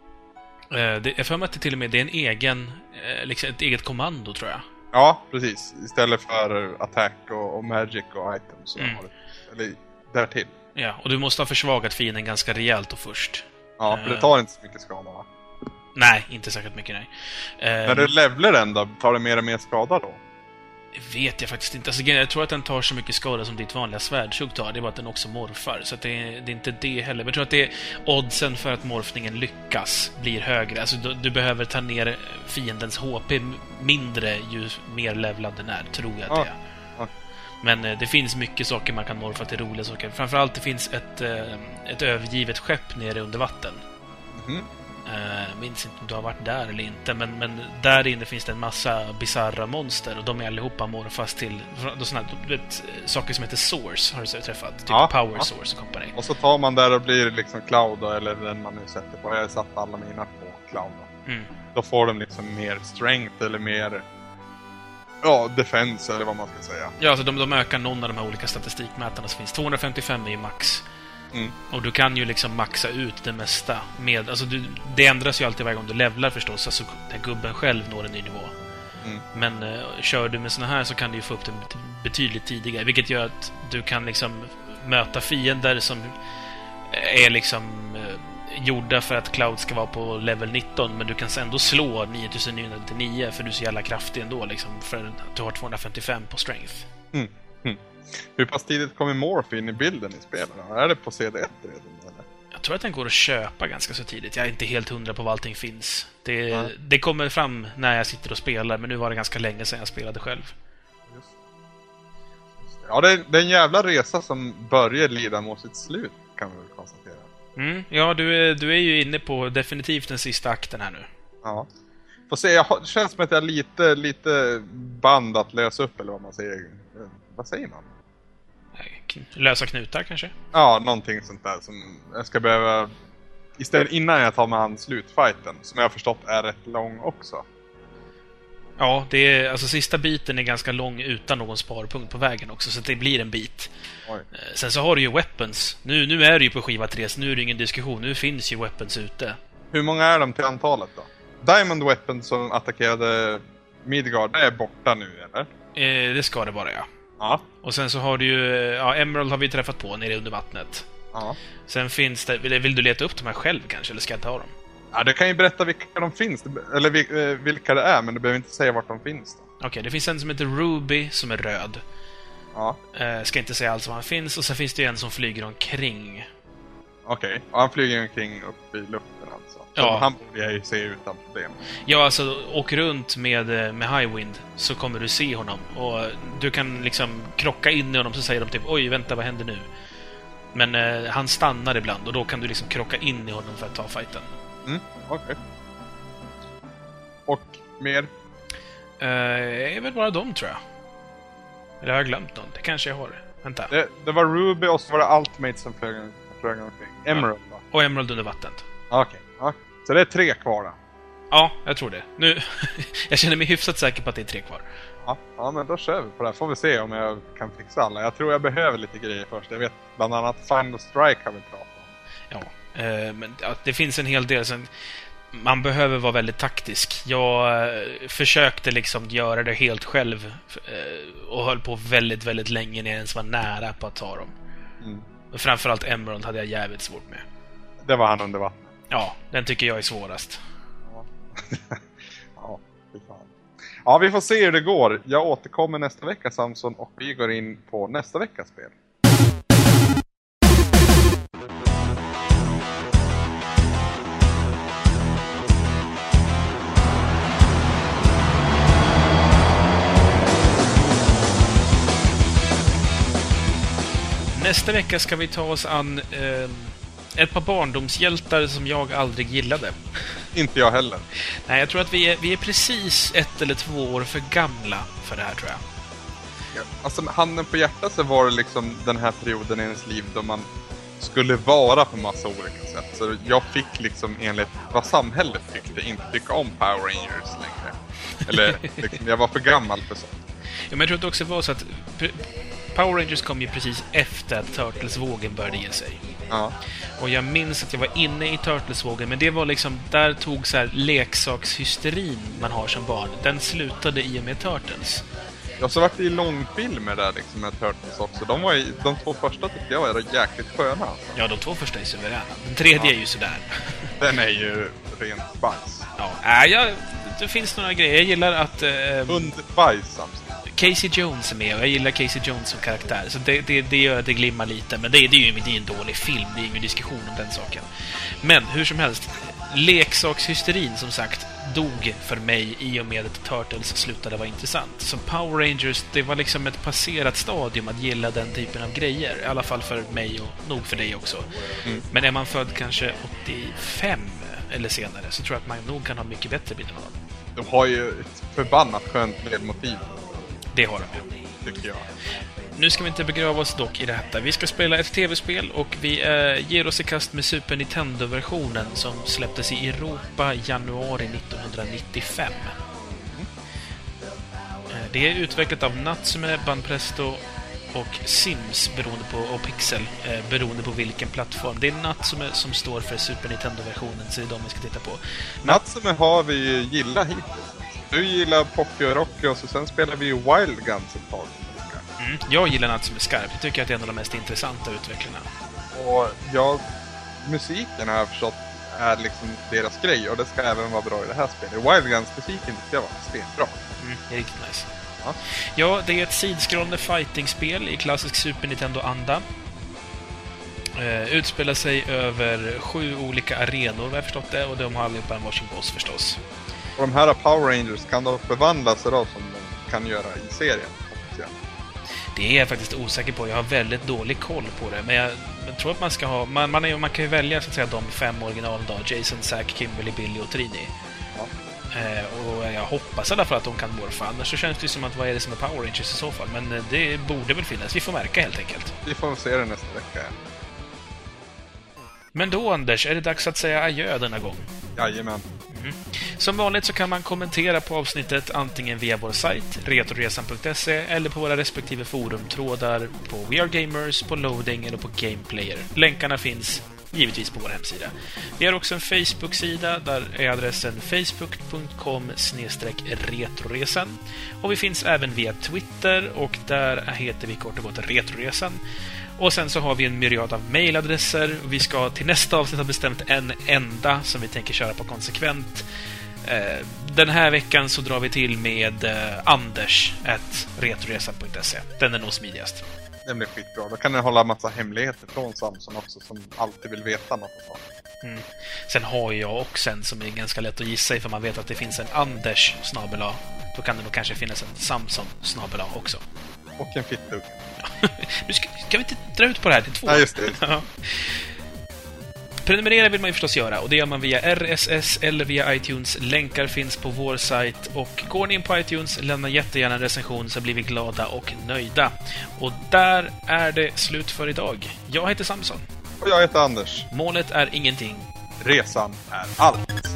jag för mig att det till och med det är en egen... liksom ett eget kommando, tror jag. Ja, precis. Istället för attack och magic och items. Eller därtill. Ja, och du måste ha försvagat fienden ganska rejält då först. Ja, för det tar inte så mycket skada, va? Nej, inte särskilt mycket, nej. När du levlar den då, tar det mer och mer skada då? Vet jag faktiskt inte. Alltså, jag tror att den tar så mycket skada som ditt vanliga svärdshugg tar. Det är bara att den också morfar. Så att det är inte det heller. Men jag tror att det är oddsen för att morfningen lyckas blir högre. Alltså du behöver ta ner fiendens HP mindre ju mer levlad den är, tror jag att det är. Men det finns mycket saker man kan morfa till roliga saker. Framförallt det finns ett övergivet skepp nere under vatten. Minns inte om du har varit där eller inte, men där inne finns det en massa bizarra monster och de är allihopa morfas till såna, saker som heter Source, har du träffat? Typ Power Source Company. Och så tar man där och blir liksom Cloud eller den man nu sätter på. Jag har satt alla mina på Cloud. Då får de liksom mer strength eller mer defense eller vad man ska säga. Ja, alltså de ökar någon av de här olika statistikmätarna som finns. 255 är ju max. Och du kan ju liksom maxa ut det mesta med, alltså det ändras ju alltid varje gång du levlar förstås, alltså den gubben själv når en ny nivå. Men kör du med såna här så kan du ju få upp den betydligt tidigare, vilket gör att du kan liksom möta fiender som är liksom gjorda för att Cloud ska vara på level 19, men du kan ändå slå 9999 för du är så jävla kraftig ändå liksom, för att du har 255 på strength. Hur pass tidigt kommer Morph in i bilden i spelet? Är det på CD1 redan? Eller? Jag tror att den går att köpa ganska så tidigt. Jag är inte helt hundra på vad allting finns. Det kommer fram när jag sitter och spelar, men nu var det ganska länge sedan jag spelade själv. Just det. Ja, det är en jävla resa som börjar lida mot sitt slut, kan vi väl konstatera. Ja, du är ju inne på definitivt den sista akten här nu. Ja. Får se, det känns som att jag är lite band att lösa upp, eller vad man säger. Vad säger man? Lösa knutar kanske? Ja, någonting sånt där som jag ska behöva istället innan jag tar mig an slutfighten, som jag har förstått är rätt lång också. Ja, det är, alltså sista biten är ganska lång utan någon sparpunkt på vägen också, så det blir en bit. Sen så har du ju weapons. Nu är det ju på skiva 3, så nu är det ingen diskussion. Nu finns ju weapons ute. Hur många är de till antalet då? Diamond Weapon som attackerade Midgard, det är borta nu, eller? Det ska det vara, ja. Ja. Och sen så har du ju... Emerald har vi träffat på nere under vattnet. Ja. Sen finns det... Vill du leta upp de här själv kanske, eller ska jag ta dem? Ja, du kan ju berätta vilka de finns. Eller vilka det är, men du behöver inte säga vart de finns då. Okej, det finns en som heter Ruby som är röd. Ja. Ska inte säga allt som han finns. Och sen finns det ju en som flyger omkring. Okej, och han flyger omkring upp i luften alltså. Så han borde jag ju se utan problem. Ja, alltså åk runt med Highwind så kommer du se honom. Och du kan liksom krocka in i honom, så säger de typ, oj, vänta, vad händer nu? Men han stannar ibland och då kan du liksom krocka in i honom för att ta fighten. Okej. Och mer? Är väl bara dem, tror jag. Eller har jag glömt någon? Det kanske jag har. Vänta. Det var Ruby och så var det Ultimate som flög omkring. Emerald, va? Och Emerald under vattnet. Okej. Så det är 3 kvar då? Ja, jag tror det. Nu, jag känner mig hyfsat säker på att det är 3 kvar. Ja, men då kör vi på det här. Får vi se om jag kan fixa alla. Jag tror jag behöver lite grejer först. Jag vet bland annat Final Strike har vi pratat om. Ja, men det finns en hel del. Sen, man behöver vara väldigt taktisk. Jag försökte liksom göra det helt själv och höll på väldigt, väldigt länge när jag ens var nära på att ta dem. Framförallt Emerald hade jag jävligt svårt med. Det var han under vattnet. Ja, den tycker jag är svårast. Ja, vi får se hur det går. Jag återkommer nästa vecka, Samson, och vi går in på nästa veckas spel. Nästa vecka ska vi ta oss an ett par barndomshjältar som jag aldrig gillade. Inte jag heller. Nej, jag tror att vi är precis 1 eller 2 år för gamla för det här, tror jag. Ja, alltså, handen på hjärtat så var det liksom den här perioden i ens liv då man skulle vara på massa olika sätt. Så jag fick liksom enligt vad samhället tyckte inte tycka om Power Rangers längre. Eller liksom, jag var för gammal för sånt. Ja, men jag tror att det också var så att Power Rangers kom ju precis efter att Turtles-vågen började ge sig. Ja. Och jag minns att jag var inne i Turtles-vågen, men det var liksom, där tog så här leksakshysterin man har som barn. Den slutade i och med Turtles. Ja, så vart det i långfilmer där liksom med Turtles också. De 2 första tyckte jag var jäkligt sköna. Alltså. Ja, de 2 första är suveräna. Den tredje är ju sådär. Den är ju rent bajs. Ja, det finns några grejer. Jag gillar att... Hundbajs, Samson. Casey Jones är med och jag gillar Casey Jones som karaktär. Så det gör att det glimmar lite. Men det är ju en dålig film. Det är ingen diskussion om den saken. Men hur som helst, leksakshysterin som sagt dog för mig i och med att Turtles slutade vara intressant. Så Power Rangers, det var liksom ett passerat stadium att gilla den typen av grejer. I alla fall för mig och nog för dig också. Men är man född kanske 85 eller senare så tror jag att man nog kan ha mycket bättre bilder av dem. De har ju ett förbannat skönt ledmotiv. Det har de ju. Tycker jag. Nu ska vi inte begrava oss dock i detta. Vi ska spela ett tv-spel och vi ger oss i kast med Super Nintendo-versionen som släpptes i Europa januari 1995. Det är utvecklat av Natsume, Banpresto och Sims och Pixel beroende på vilken plattform. Det är Natsume som står för Super Nintendo-versionen, så det är de vi ska titta på. Natsume har vi ju gillat hittills. Du gillar Pocky och Rocky och så sen spelar vi ju Wild Guns ett tag. Jag gillar Natsume skarpt. Jag tycker att det är en av de mest intressanta utvecklarna. Och musiken har jag förstått är liksom deras grej och det ska även vara bra i det här spelet. Wild Guns-musiken tycker jag var stenbra. Det är riktigt nice. Ja, det är ett sidskrollande fighting-spel i klassisk Super Nintendo-anda. Utspelar sig över 7 olika arenor, vad jag förstått det, och de har allihopa en varsin boss förstås. Och de här Power Rangers kan då förvandlas då som de kan göra i serien. Det är jag faktiskt osäker på. Jag har väldigt dålig koll på det. Men jag tror att man ska ha... Man kan ju välja så att säga de 5 originalen då. Jason, Zack, Kimberly, Billy och Trini. Ja. Och jag hoppas i alla fall att de kan morfa. Annars så känns det som att vad är det som är Power Rangers i så fall. Men det borde väl finnas. Vi får märka helt enkelt. Vi får se det nästa vecka. Men då, Anders, är det dags att säga adjö denna gång. Jajamän. Som vanligt så kan man kommentera på avsnittet antingen via vår sajt, retroresan.se, eller på våra respektive forumtrådar på We Are Gamers, på Loading eller på Gameplayer. Länkarna finns givetvis på vår hemsida. Vi har också en Facebook-sida, där är adressen facebook.com/retroresan. Och vi finns även via Twitter, och där heter vi kort och gott Retroresan. Och sen så har vi en myriad av mailadresser. Vi ska till nästa avsnitt ha bestämt en enda som vi tänker köra på konsekvent. Den här veckan så drar vi till med anders@retroresan.se. Den är nog smidigast. Den blir skitbra. Då kan ni hålla en massa hemligheter från Samson också, som alltid vill veta något om. Sen har jag också en som är ganska lätt att gissa i, för man vet att det finns en Anders snabel-a. Då kan det nog kanske finnas en Samson snabel-a också. Och en fittug. Nu ska vi inte dra ut på det här till 2. Ja, just det. Prenumerera vill man ju förstås göra, och det gör man via RSS eller via iTunes. Länkar finns på vår sajt, och går ni in på iTunes, lämna jättegärna en recension så blir vi glada och nöjda. Och där är det slut för idag. Jag heter Samson. Och jag heter Anders. Målet är ingenting. Resan är allt.